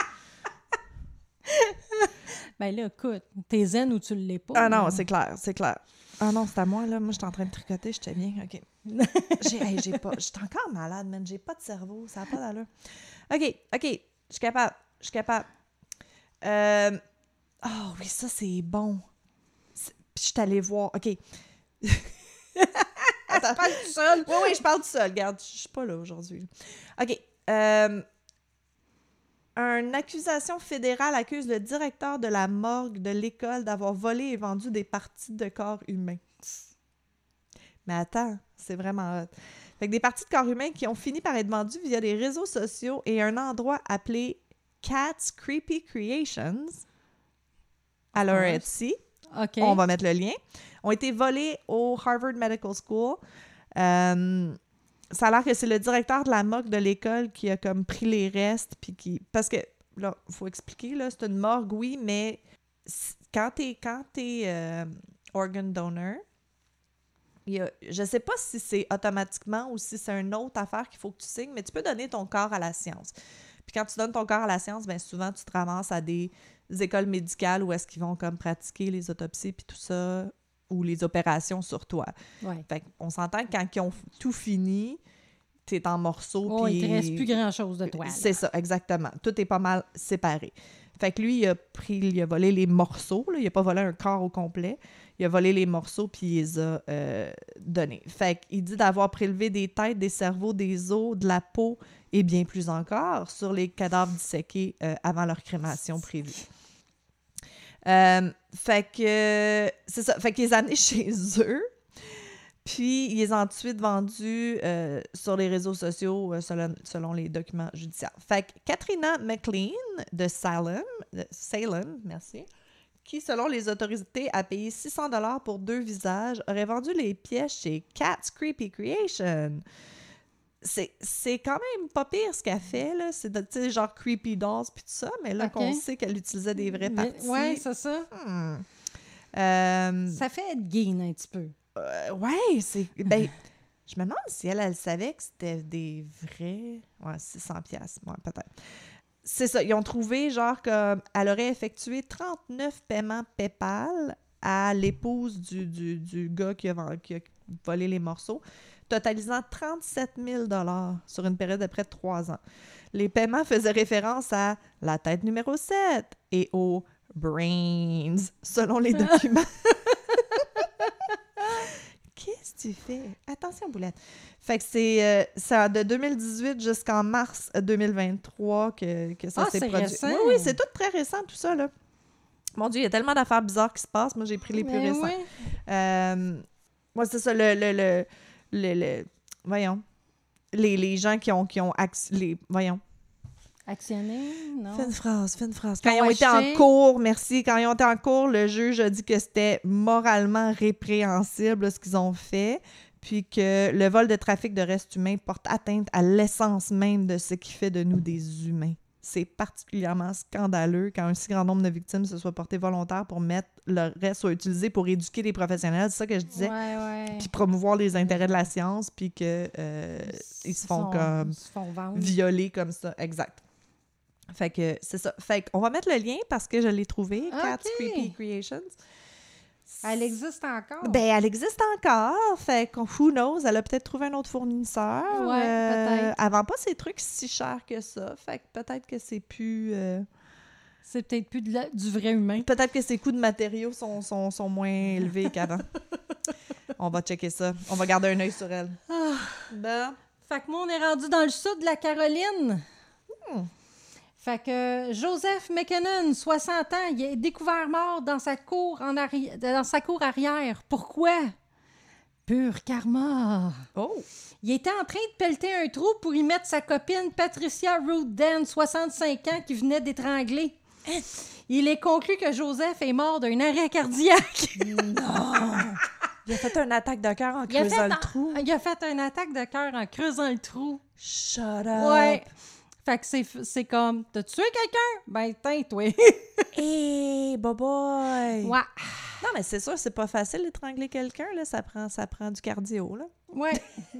Ben là, écoute, t'es zen ou tu l'es pas. Ah non, là. c'est clair, c'est clair. Ah non, c'est à moi, là. Moi, j'étais en train de tricoter, j'étais bien. OK. J'ai, hey, j'ai pas... J'étais encore malade, man. J'ai pas de cerveau. Ça n'a pas d'allure. OK, OK. Je suis capable. Je suis capable. Euh... Oh oui, ça, c'est bon. C'est- Puis je suis allée voir. OK. Attends. Pas tout seul. Oui, oui, je parle tout seul. Regarde, je suis pas là aujourd'hui. OK. Euh... Une accusation fédérale accuse le directeur de la morgue de l'école d'avoir volé et vendu des parties de corps humains. Mais attends, c'est vraiment hot. Fait que des parties de corps humains qui ont fini par être vendues via des réseaux sociaux et un endroit appelé Cat's Creepy Creations à leur Ouais. Etsy. OK. On va mettre le lien. Ont été volés au Harvard Medical School. Euh, ça a l'air que c'est le directeur de la morgue de l'école qui a comme pris les restes puis qui parce que là, faut expliquer là, c'est une morgue oui, mais c- quand t'es quand t'es euh, organ donor, il y a, je sais pas si c'est automatiquement ou si c'est une autre affaire qu'il faut que tu signes, mais tu peux donner ton corps à la science. Puis quand tu donnes ton corps à la science, bien souvent, tu te ramasses à des écoles médicales où est-ce qu'ils vont comme pratiquer les autopsies puis tout ça, ou les opérations sur toi. Ouais. Fait qu'on s'entend que quand ils ont tout fini, t'es en morceaux. Oh, puis il te reste plus grand-chose de toi. Là. C'est ça, exactement. Tout est pas mal séparé. Fait que lui, il a pris, il a volé les morceaux. Là. Il a pas volé un corps au complet. Il a volé les morceaux puis il les a euh, donnés. Fait qu'il dit d'avoir prélevé des têtes, des cerveaux, des os, de la peau et bien plus encore sur les cadavres disséqués euh, avant leur crémation prévue. Euh, fait que c'est ça. Fait qu'ils les a amenés chez eux. Puis, ils les ont ensuite vendus euh, sur les réseaux sociaux euh, selon, selon les documents judiciaires. Fait que Katrina McLean de Salem, de Salem, merci, qui, selon les autorités, a payé six cents dollars pour deux visages, aurait vendu les pièces chez Cat's Creepy Creation. C'est, c'est quand même pas pire ce qu'elle fait, là. C'est de, tu sais, genre Creepy Dolls puis tout ça, mais là Okay. qu'on sait qu'elle utilisait des vraies parties. Oui, c'est ça. Hmm. Euh, Ça fait être gain un petit peu. Euh, ouais, c'est... Ben, je me demande si elle, elle savait que c'était des vrais... Ouais, six cents piastres, ouais, peut-être. C'est ça, ils ont trouvé, genre, qu'elle aurait effectué trente-neuf paiements PayPal à l'épouse du, du, du gars qui a, qui a volé les morceaux, totalisant trente-sept mille dollars sur une période de près de trois ans. Les paiements faisaient référence à la tête numéro sept et aux brains, selon les documents. Qu'est-ce que tu fais? Attention, Boulette. Fait que c'est, euh, c'est de deux mille dix-huit jusqu'en mars deux mille vingt-trois que, que ça Ah, s'est c'est produit. récent. Oui, oui, c'est tout très récent, tout ça, là. Mon Dieu, il y a tellement d'affaires bizarres qui se passent. Moi, j'ai pris les plus Ben récents. oui. Euh, moi, c'est ça, le... le, le, le, le- voyons. Les, les gens qui ont... Qui ont acc- les, voyons. Actionner, non? Fais une phrase, fais une phrase. Quand Ont ils ont été acheté. en cours, merci, quand ils ont été en cours, le juge a dit que c'était moralement répréhensible là, ce qu'ils ont fait, puis que le vol de trafic de restes humains porte atteinte à l'essence même de ce qui fait de nous des humains. C'est particulièrement scandaleux quand un si grand nombre de victimes se soient portées volontaires pour mettre le reste, soit utilisé pour éduquer les professionnels, c'est ça que je disais, Ouais, ouais. puis promouvoir les intérêts de la science, puis que euh, ils se font sont- comme Ils se font vendre. violer comme ça. Exact. Fait que c'est ça. Fait qu'on va mettre le lien parce que je l'ai trouvé, Ok. Cat's Creepy Creations. Elle existe encore? Ben, elle existe encore. Fait qu'on, who knows, elle a peut-être trouvé un autre fournisseur. Ouais, peut-être. Elle vend pas ses trucs si chers que ça. Fait que peut-être que c'est plus... euh, C'est peut-être plus de la- du vrai humain. peut-être que ses coûts de matériaux sont, sont, sont moins élevés qu'avant. On va checker ça. On va garder un œil sur elle. Ah. Ben, Fait que moi, on est rendu dans le sud de la Caroline. Hmm. Fait que Joseph McKinnon, soixante ans, il est découvert mort dans sa cour, en arri- dans sa cour arrière. Pourquoi? Pur karma. oh! Il était en train de pelleter un trou pour y mettre sa copine Patricia Rudden, soixante-cinq ans, qui venait d'étrangler. Il est conclu que Joseph est mort d'un arrêt cardiaque. Non! Il a fait une attaque de cœur en Il a, creusant fait le un- trou. il a fait une attaque de cœur en creusant le trou. Shut up! Ouais. Fait que c'est, c'est comme, t'as tué quelqu'un? Ben, tiens, toi. Hey, boy boy! Ouais. Non, mais c'est sûr, c'est pas facile d'étrangler quelqu'un, là. Ça prend, ça prend du cardio, là. Ouais.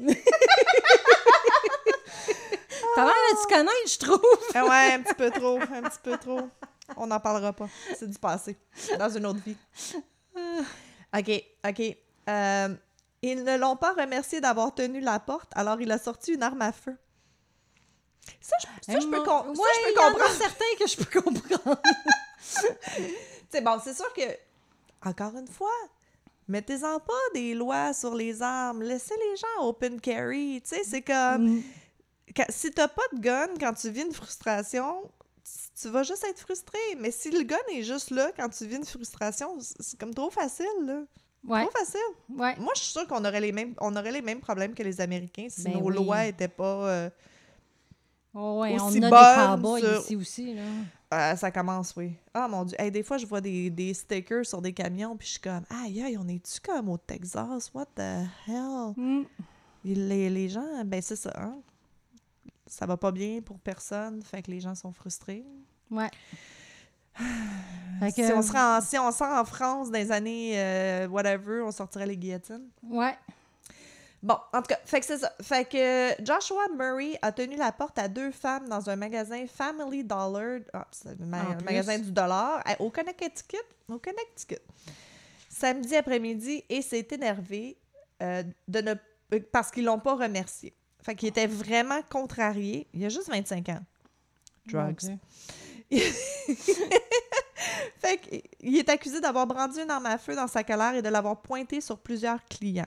T'as l'air de te connaître, je trouve. Ah ouais, un petit peu trop, un petit peu trop. On n'en parlera pas. C'est du passé. Dans une autre vie. OK, OK. Euh, ils ne l'ont pas remercié d'avoir tenu la porte, alors il a sorti une arme à feu. Ça, je, ça, je peux, com- Ouais, ça, je peux il y en a comprendre. certains que je peux comprendre. C'est bon, c'est sûr que, encore une fois, mettez-en pas des lois sur les armes. Laissez les gens open carry. Tu sais, c'est comme... Mm. Quand- si t'as pas de gun quand tu vis une frustration, tu vas juste être frustré. Mais si le gun est juste là quand tu vis une frustration, c'est comme trop facile, là. Ouais, Trop facile. ouais. Moi, je suis sûre qu'on aurait les mêmes, on aurait les mêmes problèmes que les Américains si Ben nos oui. lois étaient pas... euh, Oh, ouais, on aussi a des bonne cowboys sur- ici aussi, là. euh, ça commence, oui. Ah, mon Dieu. Hey, des fois, je vois des, des stickers sur des camions, puis je suis comme, aïe, aïe, on est-tu comme au Texas? What the hell? Mm. Les, les gens, ben c'est ça, hein? Ça va pas bien pour personne, fait que les gens sont frustrés. Ouais. Fait que, Si on serait en, si on sort en France dans les années euh, whatever, on sortirait les guillotines. Ouais. Bon, en tout cas, fait que c'est ça. Fait que Joshua Murray a tenu la porte à deux femmes dans un magasin Family Dollar, ah, c'est le ma- En magasin plus. du dollar, à- au Connecticut, au Connecticut, samedi après-midi, et s'est énervé euh, de ne, euh, parce qu'ils l'ont pas remercié. Fait qu'il était vraiment contrarié. Il a juste vingt-cinq ans. Drugs. Mon Fait qu'il est accusé d'avoir brandi une arme à feu dans sa colère et de l'avoir pointé sur plusieurs clients.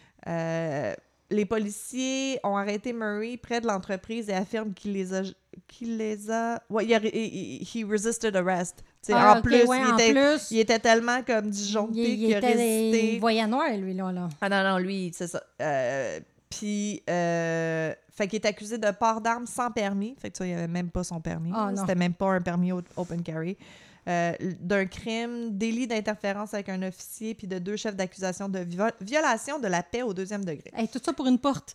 Euh, les policiers ont arrêté Murray près de l'entreprise et affirment qu'il les a... qu'il les a... Ouais, il a... He resisted arrest. T'sais, Ah, en ok, plus, ouais, il, en était, plus, il était tellement comme disjoncté il, il qu'il a était résisté. il voyait noir, lui, là. là. Ah non, non, lui, c'est ça. Euh, Puis, euh, fait qu'il est accusé de port d'armes sans permis. Fait que ça, il avait même pas son permis. Ah, là. non. C'était même pas un permis o- open carry. Euh, d'un crime, délit d'interférence avec un officier, puis de deux chefs d'accusation de viol- violation de la paix au deuxième degré. Hey, tout ça pour une porte.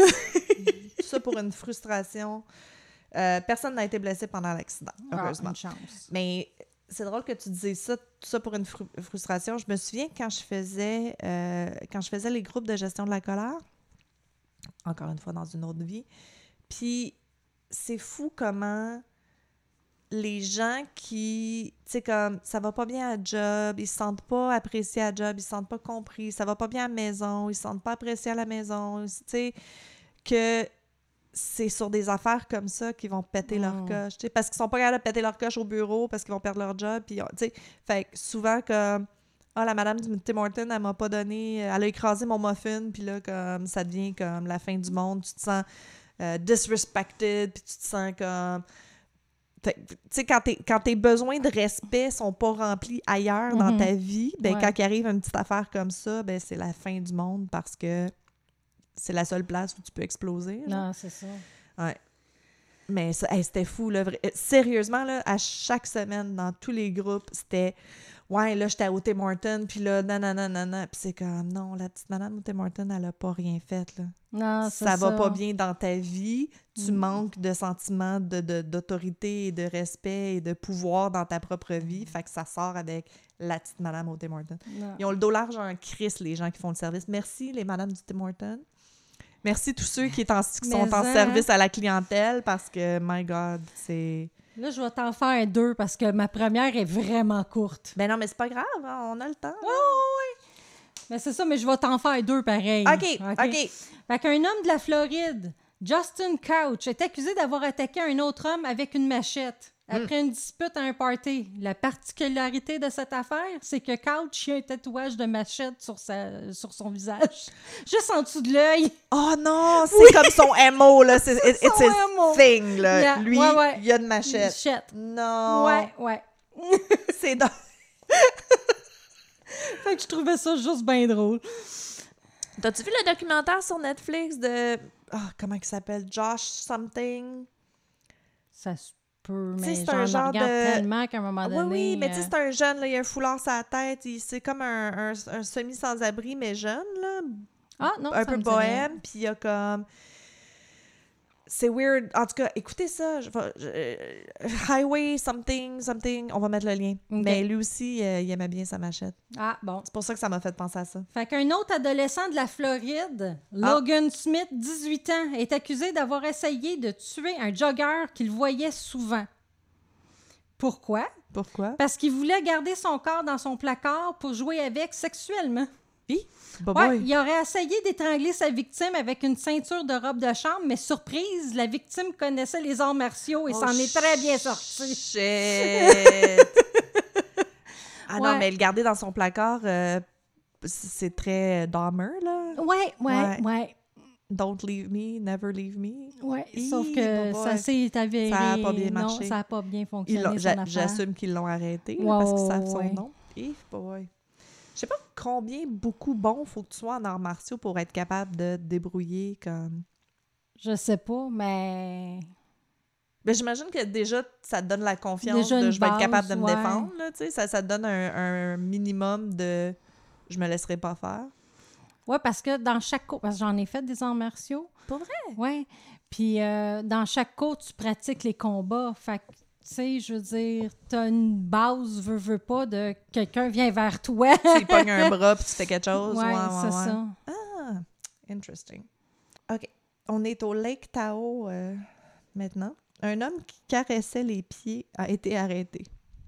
Tout ça pour une frustration. Euh, personne n'a été blessé pendant l'accident, Ah, heureusement. une chance. Mais c'est drôle que tu disais ça, tout ça pour une fru- frustration. Je me souviens quand je faisais euh, quand je faisais les groupes de gestion de la colère, encore une fois dans une autre vie, puis c'est fou comment les gens qui, tu sais, comme, ça va pas bien à job, ils se sentent pas appréciés à job, ils se sentent pas compris, ça va pas bien à la maison, ils se sentent pas appréciés à la maison, tu sais, que c'est sur des affaires comme ça qu'ils vont péter leur Mm. coche, tu sais, parce qu'ils sont pas capables de péter leur coche au bureau, parce qu'ils vont perdre leur job, puis, tu sais, fait que souvent, comme, ah, la madame du Tim Hortons, elle m'a pas donné, elle a écrasé mon muffin, puis là, comme, ça devient comme la fin du monde, tu te sens euh, disrespected, puis tu te sens comme... Fait que, tu sais, quand, tes- quand tes besoins de respect sont pas remplis ailleurs dans Mhm. ta vie, ben Ouais. quand il arrive une petite affaire comme ça, ben c'est la fin du monde parce que c'est la seule place où tu peux exploser. genre. Non, c'est ça. Ouais. Mais ça- hey, c'était fou, là. vrai- euh, Sérieusement, là, à chaque semaine, dans tous les groupes, c'était « Ouais, là, j'étais à Tim Hortons, puis là, nanana, nanana. » Puis c'est comme « Non, la petite madame de Tim Hortons, elle a pas rien fait, là. Non, c'est ça ça. va pas bien dans ta vie, tu Mm. manques de sentiments de, de- d'autorité et de respect et de pouvoir dans ta propre vie, fait que ça sort avec la petite madame au Tim Hortons. Non. Ils ont le dos large en crise, les gens qui font le service. Merci, les madames du Tim Hortons. Merci tous ceux qui, est en- qui sont Mais en hein. service à la clientèle parce que, my God, c'est... Là, je vais t'en faire deux parce que ma première est vraiment courte. Ben non, mais c'est pas grave, hein, on a le temps. Mais c'est ça, mais je vais t'en faire deux pareil. OK, OK. Fait qu'un homme de la Floride, Justin Couch, est accusé d'avoir attaqué un autre homme avec une machette après une dispute à un party. La particularité de cette affaire, c'est que Couch a un tatouage de machette sur, sa, sur son visage. Juste en dessous de l'œil. Oh non, c'est comme son M O, là. C'est, it- it's son his M O. thing, là. Yeah, Lui, ouais, ouais. il y a de machette. Machette. Non. Ouais, ouais. C'est dans... Fait que je trouvais ça juste bien drôle. T'as-tu vu le documentaire sur Netflix de... Ah, comment il s'appelle? Josh something? Ça se peut, Tu sais, mais c'est j'en un genre regarde de- tellement qu'à un moment Ah, donné... oui, oui, mais tu sais, euh, c'est un jeune, là, il a un foulard sur la tête, il- c'est comme un, un, un semi-sans-abri, mais jeune, là, Ah, non, un ça peu me dit rien. bohème, puis il y a comme... C'est weird. En tout cas, écoutez ça. Je vais- je- Highway something, something, on va mettre le lien. Ok. Mais lui aussi, euh, il aimait bien sa machette. Ah, bon. C'est pour ça que ça m'a fait penser à ça. Fait qu'un autre adolescent de la Floride, Ah. Logan Smith, dix-huit ans, est accusé d'avoir essayé de tuer un jogger qu'il voyait souvent. Pourquoi? Pourquoi? Parce qu'il voulait garder son corps dans son placard pour jouer avec sexuellement. Puis, bah Ouais, boy. il aurait essayé d'étrangler sa victime avec une ceinture de robe de chambre, mais surprise, la victime connaissait les arts martiaux et Oh, s'en est très bien sortie. Shit! Ah non, Ouais. mais le garder dans son placard, euh, c'est très Dahmer, là. Ouais, ouais, Ouais. ouais. Don't leave me, never leave me. Ouais, Hi, sauf que boy. ça s'est avéré. Ça a pas bien non, marché. ça n'a pas bien Ils fonctionné. l'ont- son j'a- affaire. J'assume qu'ils l'ont arrêté là, Ouais, parce qu'ils savent son ouais. nom. Hi, boy. Je sais pas combien beaucoup bon faut que tu sois en arts martiaux pour être capable de te débrouiller comme... Je sais pas, mais. Ben, j'imagine que déjà, ça te donne la confiance Déjà de une je vais être capable base, de me ouais. défendre. Là, tu sais, ça, ça te donne un, un minimum de je me laisserai pas faire. Ouais, parce que dans chaque cours, parce que j'en ai fait des arts martiaux. Pour vrai? Ouais. Puis euh, dans chaque cours, tu pratiques les combats. Fait que, tu sais, je veux dire, t'as une base, veux, veux pas, de quelqu'un vient vers toi. Tu lui pognes un bras puis tu fais quelque chose. Ouais, ouais, ouais, c'est ouais. ça. Ah, Interesting. OK. On est au Lake Tahoe euh, maintenant. Un homme qui caressait les pieds a été arrêté.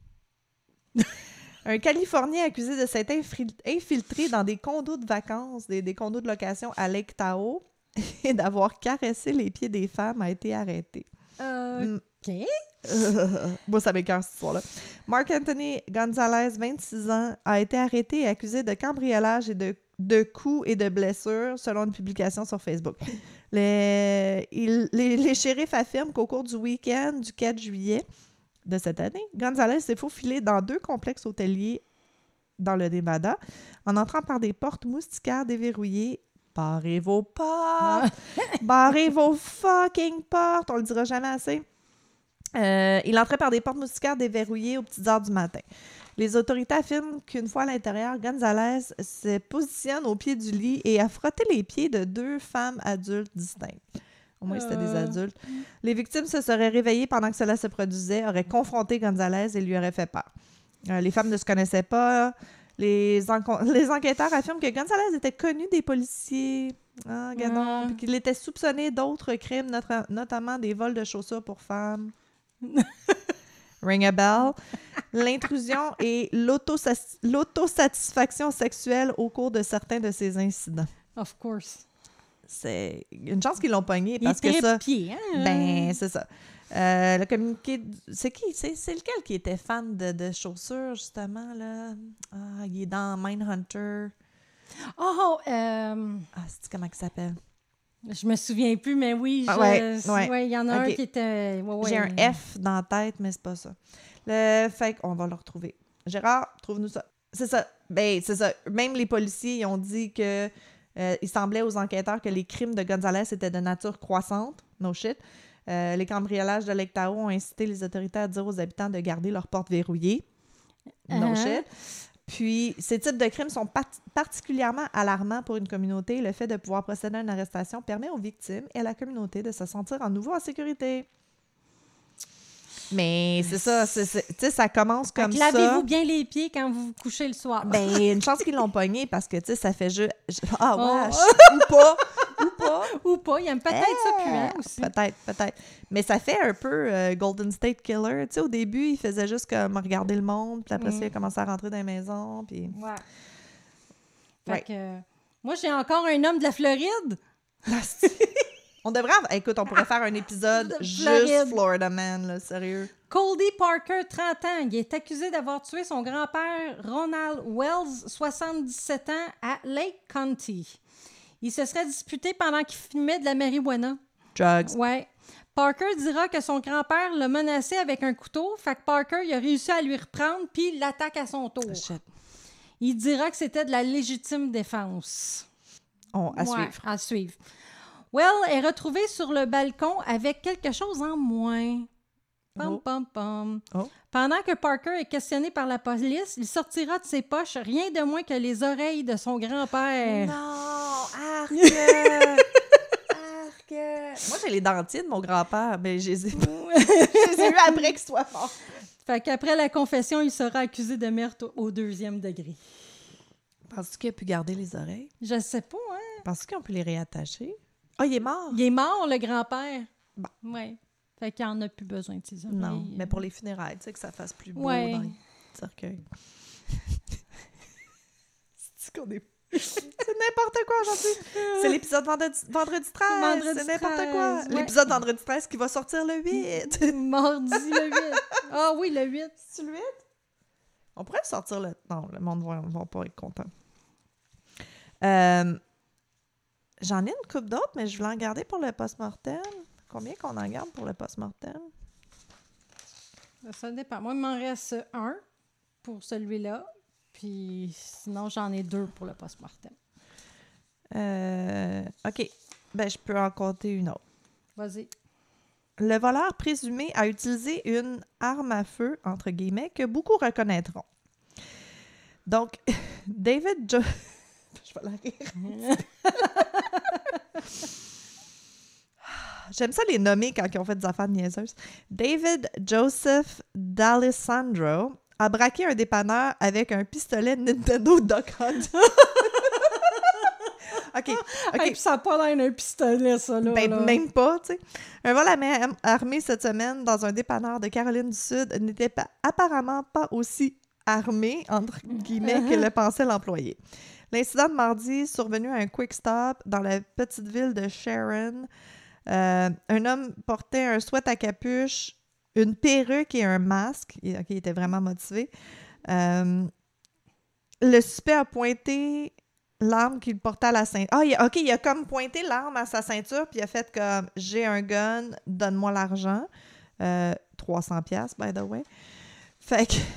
Un Californien accusé de s'être infri- infiltré dans des condos de vacances, des, des condos de location à Lake Tahoe et d'avoir caressé les pieds des femmes a été arrêté. Euh, OK. Moi, ça m'écoeure, cette histoire-là. Mark Anthony Gonzalez, vingt-six ans, a été arrêté et accusé de cambriolage et de, de coups et de blessures, selon une publication sur Facebook. Les, il, les, les shérifs affirment qu'au cours du week-end du quatre juillet de cette année, Gonzalez s'est faufilé dans deux complexes hôteliers dans le Nevada en entrant par des portes moustiquaires déverrouillées. Barrez vos portes! Barrez vos fucking portes! On le dira jamais assez. Euh, il entrait par des portes moustiquaires déverrouillées aux petites heures du matin. Les autorités affirment qu'une fois à l'intérieur, Gonzalez se positionne au pied du lit et a frotté les pieds de deux femmes adultes distinctes. Au moins, c'était euh... des adultes. Les victimes se seraient réveillées pendant que cela se produisait, auraient confronté Gonzalez et lui auraient fait peur. Euh, les femmes ne se connaissaient pas. Les, enco- les enquêteurs affirment que Gonzalez était connu des policiers, ah, gadon, euh... puis qu'il était soupçonné d'autres crimes, not- notamment des vols de chaussures pour femmes. Ring a bell. L'intrusion et l'autosas- l'autosatisfaction sexuelle au cours de certains de ces incidents. Of course. C'est une chance qu'ils l'ont pogné parce il que ça. Pied, hein? Ben, c'est ça. Euh, le communiqué. C'est qui? C'est, c'est lequel qui était fan de, de chaussures, justement, là? Ah, il est dans Mindhunter. Oh, euh... Ah, c'est comment il s'appelle? Je me souviens plus, mais oui, je... ah, ouais, ouais. ouais, il y en a okay. un qui était... Ouais, ouais. J'ai un F dans la tête, mais c'est pas ça. Le fait qu'on va le retrouver. Gérard, trouve-nous ça. C'est ça. Ben, c'est ça. Même les policiers, ils ont dit que euh, il semblait aux enquêteurs que les crimes de Gonzalez étaient de nature croissante. No shit. Euh, les cambriolages de Lake Tahoe ont incité les autorités à dire aux habitants de garder leurs portes verrouillées. No uh-huh. shit. Puis, ces types de crimes sont pat- particulièrement alarmants pour une communauté. Le fait de pouvoir procéder à une arrestation permet aux victimes et à la communauté de se sentir à nouveau en sécurité. Mais c'est ça, c'est, c'est, tu sais, ça commence comme fait que ça. Lavez-vous bien les pieds quand vous vous couchez le soir. Ben, une chance qu'ils l'ont pogné parce que, tu sais, ça fait juste... Ah, oh. wesh! Ou pas! Ou pas! Ou pas, il aime peut-être hey, ça puant aussi. Peut-être, peut-être. Mais ça fait un peu euh, Golden State Killer. Tu sais, au début, il faisait juste comme regarder le monde, puis après mm. ça, il a commencé à rentrer dans les maisons, puis... Ouais. Fait ouais. que... Euh, moi, j'ai encore un homme de la Floride. On devrait... Avoir... Écoute, on pourrait faire un épisode juste Florida Man, là, sérieux. Cody Parker, trente ans, il est accusé d'avoir tué son grand-père Ronald Wells, soixante-dix-sept ans, à Lake County. Il se serait disputé pendant qu'il fumait de la marijuana. Drugs. Ouais. Parker dira que son grand-père l'a menacé avec un couteau, fait que Parker il a réussi à lui reprendre puis il l'attaque à son tour. Oh, shit. Il dira que c'était de la légitime défense. Oh, à ouais, suivre. À suivre. Well est retrouvé sur le balcon avec quelque chose en moins. Pom, oh. pom, pom. Oh. Pendant que Parker est questionné par la police, il sortira de ses poches rien de moins que les oreilles de son grand-père. Non! Arc! Arc! Moi, j'ai les dentiers de mon grand-père, mais je les ai, je les ai eu après qu'il soit mort. Fait qu'après la confession, il sera accusé de meurtre au deuxième degré. Penses-tu qu'il a pu garder les oreilles? Je sais pas, hein? Penses-tu qu'on peut les réattacher? Ah, oh, il est mort! Il est mort, le grand-père. Bon. Oui. Fait qu'il en a plus besoin de ses oreilles. Non, mais pour les funérailles, tu sais, que ça fasse plus beau ouais. dans le cercueil. C'est qu'on est... C'est n'importe quoi aujourd'hui. C'est l'épisode vendredi, vendredi treize. Vendredi c'est n'importe treize, quoi. ouais. L'épisode vendredi treize qui va sortir le huit. Mardi le huit. Ah oui, le huit. C'est le huit? On pourrait le sortir le... Non, le monde va, va pas être content. Euh, j'en ai une couple d'autres, mais je voulais en garder pour le post-mortem. Combien qu'on en garde pour le post-mortem? Ça dépend. Moi, il m'en reste un pour celui-là. Puis sinon, j'en ai deux pour le post-mortem. Euh, OK. Ben, je peux en compter une autre. Vas-y. Le voleur présumé a utilisé une arme à feu, entre guillemets, que beaucoup reconnaîtront. Donc, David... Jo- je vais la rire. J'aime ça les nommer quand ils ont fait des affaires niaiseuses. David Joseph D'Alessandro a braqué un dépanneur avec un pistolet Nintendo Duck Hunt. OK. OK. Hey, puis ça n'a pas l'air d'un pistolet, ça, là. Ben, là. même pas, tu sais. Un vol à main armée cette semaine dans un dépanneur de Caroline du Sud n'était pas, apparemment pas aussi armé, entre guillemets, que le pensait l'employé. L'incident de mardi, survenu à un quick stop dans la petite ville de Sharon. Euh, un homme portait un sweat à capuche, une perruque et un masque. Il, okay, il était vraiment motivé. Euh, le suspect a pointé l'arme qu'il portait à la ceinture. Ah, il, OK, il a comme pointé l'arme à sa ceinture, puis il a fait comme « J'ai un gun, donne-moi l'argent. Euh, » trois cents piastres, by the way. Fait que...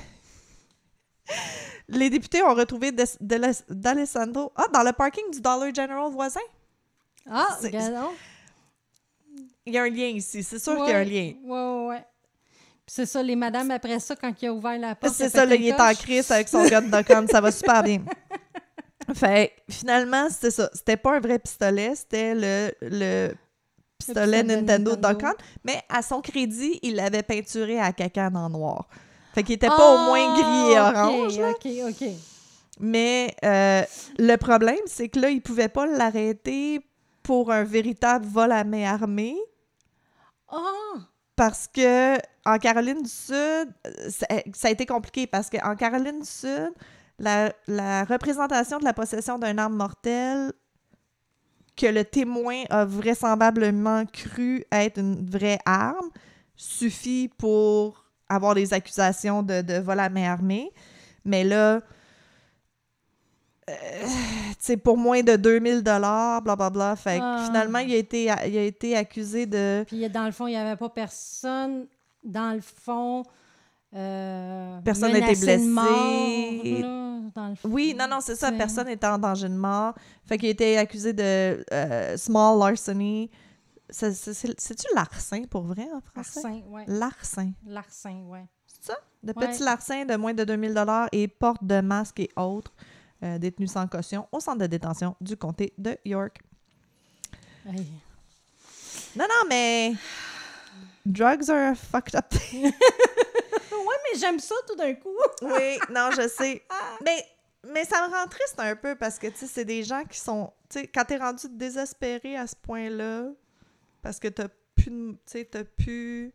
Les députés ont retrouvé Des- Des- D'Alessandro ah, dans le parking du Dollar General voisin. Ah, C'est- regardons. Il y a un lien ici, c'est sûr Ouais, qu'il y a un lien. Oui, oui, oui. Puis c'est ça, les madames, après ça, quand il a ouvert la porte... C'est ça, là, il est en crise avec son gun de com, ça va super bien. Fait, finalement, c'était ça. C'était pas un vrai pistolet, c'était le, le pistolet pistolet Nintendo Nintendo. Dokkan, mais à son crédit, il l'avait peinturé à cacan en noir. Fait qu'il était pas au moins gris et orange. OK, là. OK, OK. Mais euh, le problème, c'est que là, il pouvait pas l'arrêter pour un véritable vol à main armée. Ah! Parce que en Caroline du Sud, ça, ça a été compliqué parce qu'en Caroline du Sud, la, la représentation de la possession d'une arme mortelle que le témoin a vraisemblablement cru être une vraie arme suffit pour avoir des accusations de, de vol à main armée. Mais là, euh, tu sais, pour moins de deux mille dollars, blablabla. Fait que Ah. finalement, il a été, il a été accusé de... Puis dans le fond, il n'y avait pas personne, dans le fond... Euh, Personne n'a été menacé de blessé. mort, là, dans le fond. Oui, non, non, c'est ça. T'sais. Personne n'était en danger de mort. Fait qu'il a été accusé de euh, small larceny. C'est, c'est, c'est, c'est-tu larcin pour vrai en français? Larcin, oui. Larcin. Larcin, oui. C'est ça? De Ouais. petits larcins de moins de deux mille dollars et porte de masques et autres euh, détenus sans caution au centre de détention du comté de York. Hey. Non, non, mais... Drugs are a fucked up thing. Ouais, mais j'aime ça tout d'un coup. Oui, non, je sais. Mais, mais ça me rend triste un peu parce que, tu sais, c'est des gens qui sont... Tu sais, quand t'es rendu désespéré à ce point-là, parce que t'as plus... de- Tu sais, t'as plus...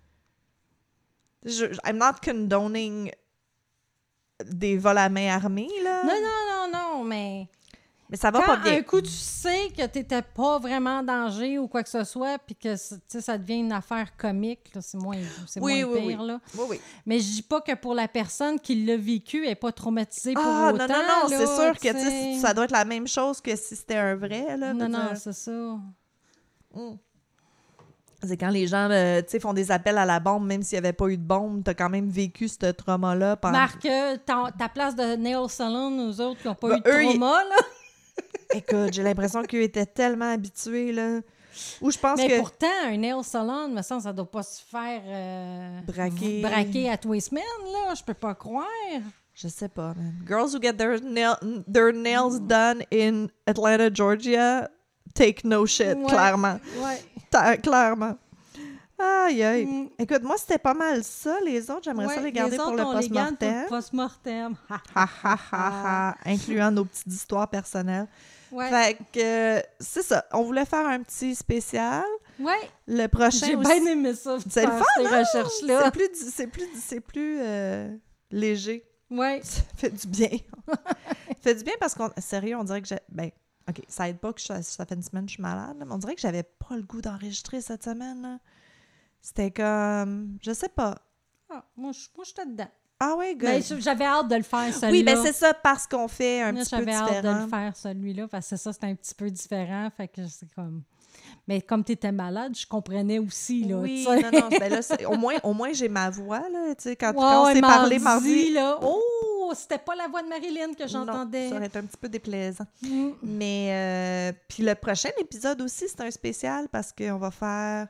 Je, I'm not condoning des vols à main armée, là. Non, non, non, non, mais... Mais ça va Quand pas bien. un coup, tu sais que t'étais pas vraiment en danger ou quoi que ce soit, puis que tu sais, ça devient une affaire comique, là, c'est moins, c'est Oui, moins oui, pire. oui. Là. Oui, oui. Mais je dis pas que pour la personne qui l'a vécu, elle n'est pas traumatisée pour Ah, autant. non, non, non, là, c'est sûr que, tu tu sais, ça doit être la même chose que si c'était un vrai, là. Non, veux non, dire. c'est ça. Mm. C'est quand les gens euh, tu sais, font des appels à la bombe, même s'il n'y avait pas eu de bombe, t'as quand même vécu ce trauma-là. Pendant... Marc, euh, ta, ta place de nail salon, nous autres qui n'ont pas Ben, eu de eux, trauma, là. Écoute, j'ai l'impression qu'eux étaient tellement habitués, là. Ou je pense Mais que... pourtant, un nail salon, me semble, ça doit pas se faire euh, Braquer. braquer à tous les semaines, là. Je peux pas croire. Je sais pas, man. Girls who get their, nail- their nails done in Atlanta, Georgia, take no shit, Ouais. clairement. Ouais. Ta- clairement. Aïe, aïe. Mm. Écoute, moi, c'était pas mal ça. Les autres, j'aimerais ça Ouais, les garder pour autres, le on les garde pour post-mortem. le post-mortem. Ha, Ha, ha, ha, ha. Incluant nos petites histoires personnelles. ouais. Fait que, euh, c'est ça. On voulait faire un petit spécial. Ouais. Le prochain J'ai aussi... bien aimé ça, C'est le faire fun, ces hein? recherches-là. C'est plus, du- c'est plus, c'est plus euh, léger. Ouais. Ça fait du bien. Ça fait du bien parce qu'on... Sérieux, on dirait que j'ai... Ben, OK, ça aide pas que je- ça fait une semaine que je suis malade, là, mais on dirait que j'avais pas le goût d'enregistrer cette semaine, là. C'était comme... Je sais pas. Ah, moi, je- moi, j'étais dedans. Ah oui, good. Mais j- j'avais hâte de le faire, celui-là. oui, ben c'est ça, parce qu'on fait un Moi, petit peu j'avais hâte de différent. le faire, celui-là, parce que ça, c'était un petit peu différent. Fait que c'est comme... Mais comme tu étais malade, je comprenais aussi, là. Oui, tu sais. non, non, ben là, c'est- au moins, au moins j'ai ma voix, là, tu sais, quand, Ouais, quand on ouais, s'est parlé mardi... là. Oh, c'était pas la voix de Marilyn que Non, j'entendais. ça aurait été un petit peu déplaisant. Mm. Mais, euh, puis le prochain épisode aussi, c'est un spécial parce qu'on va faire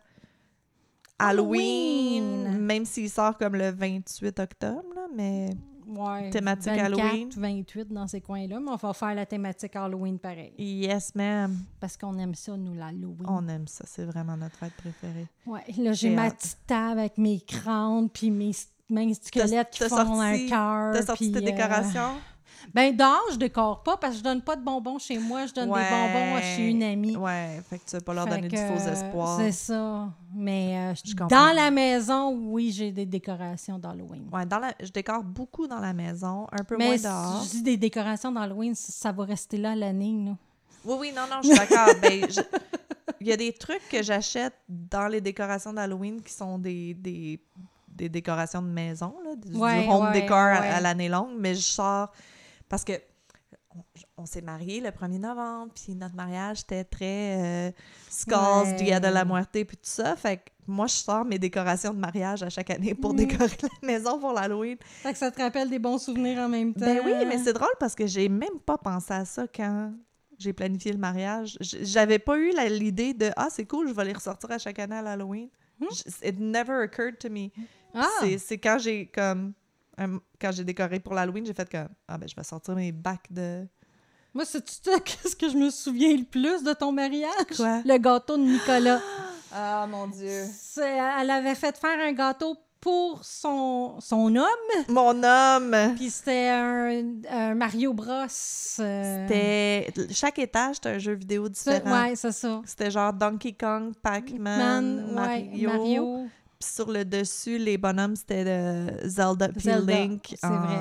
Halloween, Halloween. même s'il sort comme le vingt-huit octobre, là, mais Ouais, Thématique vingt-quatre, Halloween. vingt-huit dans ces coins-là, mais on va faire la thématique Halloween pareil. yes, ma'am. Parce qu'on aime ça, nous, l'Halloween. On aime ça, c'est vraiment notre fête préférée. Ouais, là, j'ai J'ai ma hâte. petite table avec mes crânes, puis mes mains squelettes qui t'as font sorti- un cœur. T'as sorti puis, tes euh, décorations? Ben, dehors, je décore pas parce que je donne pas de bonbons chez moi. Je donne Ouais. des bonbons chez une amie. Ouais, fait que tu vas pas leur Fait donner que, du faux espoir. C'est ça. Mais euh, Je dans comprends. la maison, oui, j'ai des décorations d'Halloween. Ouais, dans la... je décore beaucoup dans la maison, un peu Mais moins si dehors. je dis des décorations d'Halloween, ça, ça va rester là l'année. Là. Oui, oui, non, non, je suis d'accord. Ben, je- il y a des trucs que j'achète dans les décorations d'Halloween qui sont des, des, des décorations de maison, là, du, du Ouais, home ouais, décor à, ouais. à l'année longue, mais je sors parce que on, on s'est mariés le premier novembre, puis notre mariage était très euh, skulls, Ouais. Dia de la Muerte, puis tout ça. Fait que moi, je sors mes décorations de mariage à chaque année pour Mm. décorer la maison pour l'Halloween. Fait que ça te rappelle des bons souvenirs en même temps. Ben oui, mais c'est drôle parce que j'ai même pas pensé à ça quand j'ai planifié le mariage. J- J'avais pas eu la- l'idée de « Ah, c'est cool, je vais les ressortir à chaque année à l'Halloween. Hmm? J- It never occurred to me. Ah! C'est- C'est quand j'ai comme... un- quand j'ai décoré pour l'Halloween, j'ai fait comme « Ah, ben je vais sortir mes bacs de... Moi, c'est-tu ça qu'est-ce que je me souviens le plus de ton mariage? » Quoi? Le gâteau de Nicolas. Ah, mon Dieu! C'est- Elle avait fait faire un gâteau pour son, son homme, Mon homme! puis c'était un, un Mario Bros. euh, C'était... Chaque étage, c'était un jeu vidéo ça- différent. Ouais, c'est ça. C'était genre Donkey Kong, Pac-Man, Man, ouais, Mario. Mario. Puis sur le dessus, les bonhommes, c'était de Zelda puis Zelda, Link. c'est en- vrai.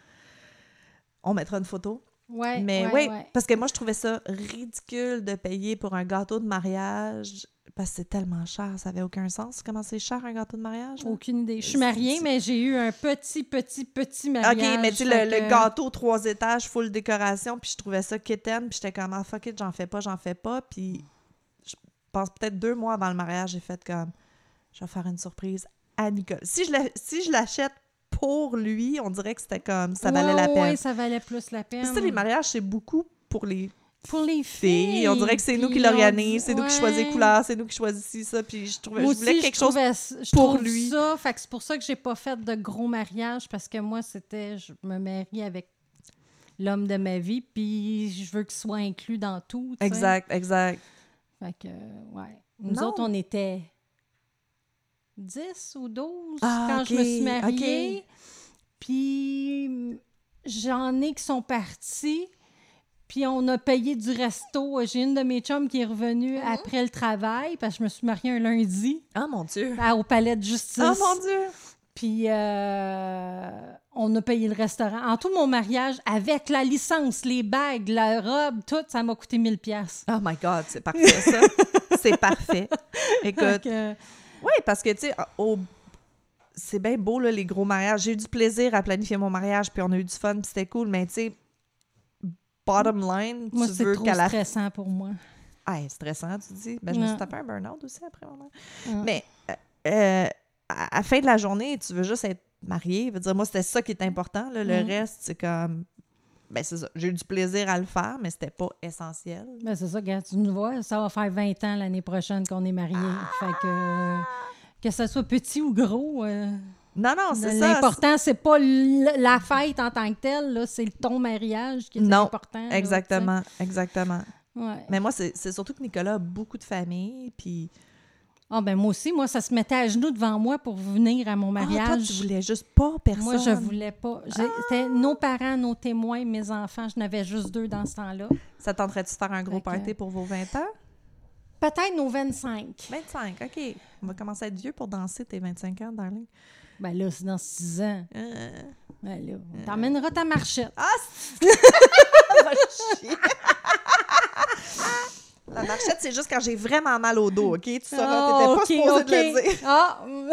On mettra une photo. Ouais, Mais ouais, oui, ouais. parce que moi, je trouvais ça ridicule de payer pour un gâteau de mariage parce que c'est tellement cher, ça avait aucun sens. Comment c'est cher un gâteau de mariage? là? Aucune idée. Je suis mariée, C'est- mais j'ai eu un petit, petit, petit mariage. OK, mais tu sais, fait le, le que- gâteau trois étages, full décoration, puis je trouvais ça kitten, puis j'étais comme, ah, fuck it, j'en fais pas, j'en fais pas, puis je pense peut-être deux mois avant le mariage, j'ai fait comme, je vais faire une surprise à Nicolas. Si je la- si je l'achète pour lui, on dirait que c'était comme, ça valait Ouais, la peine. ouais, ça valait plus la peine. Puis tu sais, les mariages, c'est beaucoup pour les Pour les filles. filles. On dirait que c'est nous qui puis l'organisons, on- c'est nous qui ouais. choisissons les couleurs, c'est nous qui choisissons ça, puis je trouvais, Moi je voulais aussi, quelque je chose trouvais ça- je pour trouve lui. ça. Fait que c'est pour ça que j'ai pas fait de gros mariage, parce que moi, c'était, je me marie avec l'homme de ma vie, puis je veux qu'il soit inclus dans tout. tu sais. Exact, exact. Fait que, ouais. Nous Non. autres, on était dix ou douze Ah, quand ok, je me suis mariée. ok. Puis j'en ai qui sont partis. Puis on a payé du resto. J'ai une de mes chums qui est revenue Mhm. après le travail, parce que je me suis mariée un lundi Ah, mon Dieu. à- au palais de justice. Ah, mon Dieu. Puis euh, on a payé le restaurant. En tout, mon mariage, avec la licence, les bagues, la robe, tout, ça m'a coûté mille piastres. Oh my God, c'est parfait, ça. C'est parfait. Écoute, Fait que, oui, parce que, tu sais, au... c'est bien beau, là, les gros mariages. J'ai eu du plaisir à planifier mon mariage, puis on a eu du fun, puis c'était cool, mais tu sais, bottom line, moi, tu c'est veux trop qu'à la... stressant pour moi. Ah, stressant, tu dis. Ben, je me Ouais. suis tapé un burn-out aussi après mon mariage. Ouais. Mais euh, euh, à à la fin de la journée, tu veux juste être marié. Je veux dire, moi, c'était ça qui est important. Là. Le Mm. reste, c'est comme... Ben, c'est ça. J'ai eu du plaisir à le faire, mais c'était pas essentiel. Ben, c'est ça, regarde, tu nous vois, ça va faire vingt ans l'année prochaine qu'on est mariés. Fait que, euh, que ça soit petit ou gros, euh, Non, non, c'est ça. l'important, c'est pas l- la fête en tant que telle, là, c'est ton mariage qui est Non, important. là, Exactement, exactement. tu sais. Ouais. Mais moi, c'est c'est surtout que Nicolas a beaucoup de famille, puis... Ah, ben moi aussi, moi, ça se mettait à genoux devant moi pour venir à mon Ah, mariage. toi, tu voulais juste pas personne. Moi, je voulais pas. J'ai- C'était nos parents, nos témoins, mes enfants. Je n'avais juste deux dans ce temps-là. Ça tenterait-tu de faire un gros Fait que- party pour vos vingt ans? Peut-être nos vingt-cinq. vingt-cinq, OK. On va commencer à être vieux pour danser tes vingt-cinq ans, darling. Ben là, c'est dans six ans. Euh... Ben là, on t'emmènera ta marchette. Ah, c'est... Va chier. La marchette, c'est juste quand j'ai vraiment mal au dos, OK? Tu sauras, Ah, t'étais ok, pas supposé ok. de le dire. Ah, mm.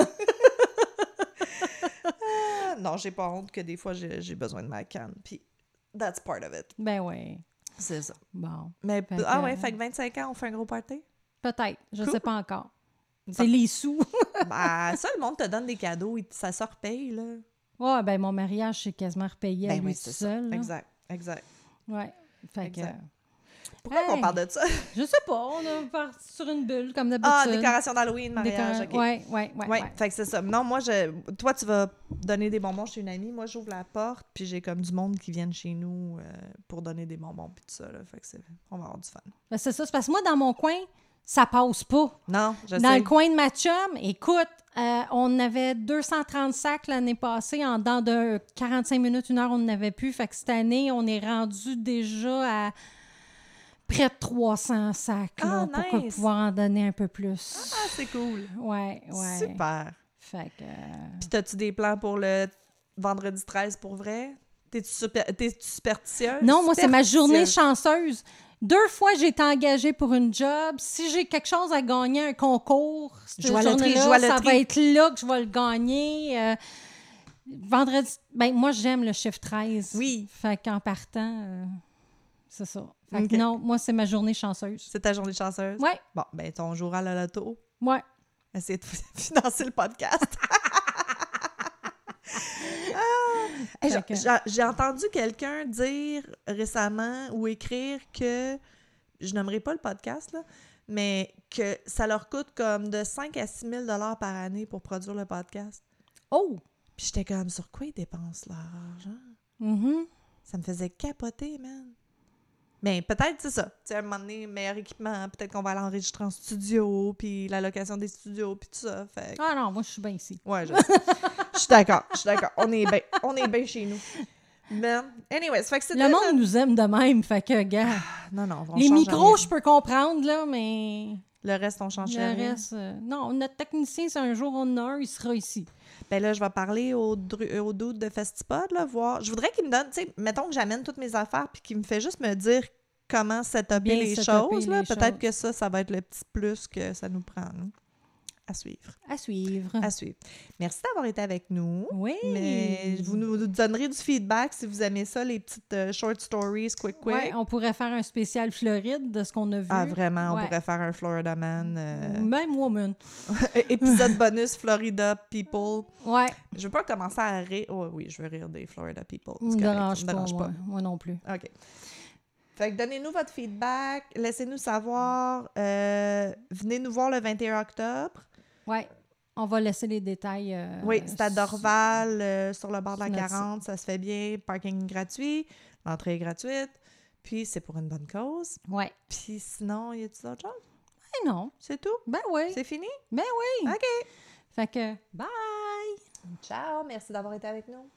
Ah, non, j'ai pas honte que des fois, j'ai, j'ai besoin de ma canne. Puis, that's part of it. ben oui. C'est ça. Bon, Mais, Fait ah que- ouais, fait que vingt-cinq ans, on fait un gros party? peut-être. Je Cool. sais pas encore. C'est les sous. Ben, ça, le monde te donne des cadeaux, et ça se repaye, là. Ouais, ben mon mariage, c'est quasiment repayé à Ben lui oui, tout c'est ça. seul. là. Exact, exact. Ouais. Fait que, Exact. Pourquoi Hey. on parle de ça? je sais pas, on a parti sur une bulle, comme Ah, d'habitude. décoration d'Halloween, mariage, Décora- OK. Ouais, ouais, ouais. Ouais, ouais. fait que c'est ça. Non, moi, je... toi, tu vas donner des bonbons chez une amie. Moi, j'ouvre la porte, puis j'ai comme du monde qui viennent chez nous euh, pour donner des bonbons, puis tout ça. Là. Fait que c'est... on va avoir du fun. Ben, c'est ça. C'est parce que moi, dans mon coin, ça passe pas. Non, je Dans sais. le coin de ma chum, écoute, euh, on avait deux cent trente sacs l'année passée. En dedans de quarante-cinq minutes, une heure, on n'en avait plus. Fait que cette année, on est rendu déjà à près de trois cents sacs là, Ah, pour nice. pouvoir en donner un peu plus. Ah, c'est cool. Ouais, ouais. Super. Fait que... euh, Puis t'as-tu des plans pour le vendredi treize pour vrai? T'es-tu super... T'es-tu superstitieuse? Non, moi, c'est ma journée Superstitieuse. chanceuse. Deux fois, j'ai été engagée pour une job. Si j'ai quelque chose à gagner, un concours, cette Joue à la loterie, journée-là, joue à la ça loterie. va être là que je vais le gagner. Euh, vendredi, ben moi, j'aime le chiffre treize. Oui. Fait qu'en partant, euh, c'est ça. Fait que Ok. non, moi, c'est ma journée chanceuse. C'est ta journée chanceuse? Ouais, Bon, ben ton jour à la loto. ouais. Essaye de financer le podcast. Ah! Hey, Fait j'ai- que- j'ai- J'ai entendu quelqu'un dire récemment ou écrire que, je nommerai pas le podcast, là, mais que ça leur coûte comme de cinq à six mille dollars par année pour produire le podcast. Oh! Puis j'étais comme, sur quoi ils dépensent leur argent? Mhm. Ça me faisait capoter, man. Mais peut-être, c'est ça. Tu sais, à un moment donné, meilleur équipement, peut-être qu'on va aller enregistrer en studio, puis la location des studios, puis tout ça. Fait que- Ah non, moi, je suis bien ici. Ouais, je sais. Je suis d'accord, je suis d'accord. On est bien on est bien chez nous. Mais, anyways, fait que c'était... Le monde nous aime de même, fait que, gars, Non, non, on les change micros, rien. je peux comprendre, là, mais Le reste, on change le rien. reste... euh, non, notre technicien, si un jour on en a un, il sera ici. Ben là, je vais parler au, dru- au dude de Festipod, là, voir... Je voudrais qu'il me donne, tu sais, mettons que j'amène toutes mes affaires, puis qu'il me fait juste me dire comment setuper Bien les setuper choses, là. les Peut-être choses. que ça, ça va être le petit plus que ça nous prend, hein. À suivre. À suivre. À suivre. Merci d'avoir été avec nous. Oui. Mais vous nous donnerez du feedback si vous aimez ça, les petites euh, short stories, quick, quick. Ouais, on pourrait faire un spécial Floride de ce qu'on a vu. Ah, vraiment, on Ouais. pourrait faire un Florida Man. euh, Même woman. épisode bonus Florida People. Ouais. Je veux pas commencer à rire. Oh, oui, je veux rire des Florida People. Me C'est correct, dérange ça me pas, dérange moi. Moi non plus. OK. Fait que donnez-nous votre feedback. Laissez-nous savoir. Euh, venez nous voir le vingt et un octobre. Ouais. On va laisser les détails. euh, Oui, c'est à sur- Dorval, euh, sur le bord de la sur notre quarante. Ça se fait bien. Parking gratuit. L'entrée est gratuite. Puis c'est pour une bonne cause. Ouais. Puis sinon, y a-t-il d'autres choses? Eh non. C'est tout? Ben oui. C'est fini? Ben oui. OK. Fait que, bye! Ciao. Merci d'avoir été avec nous.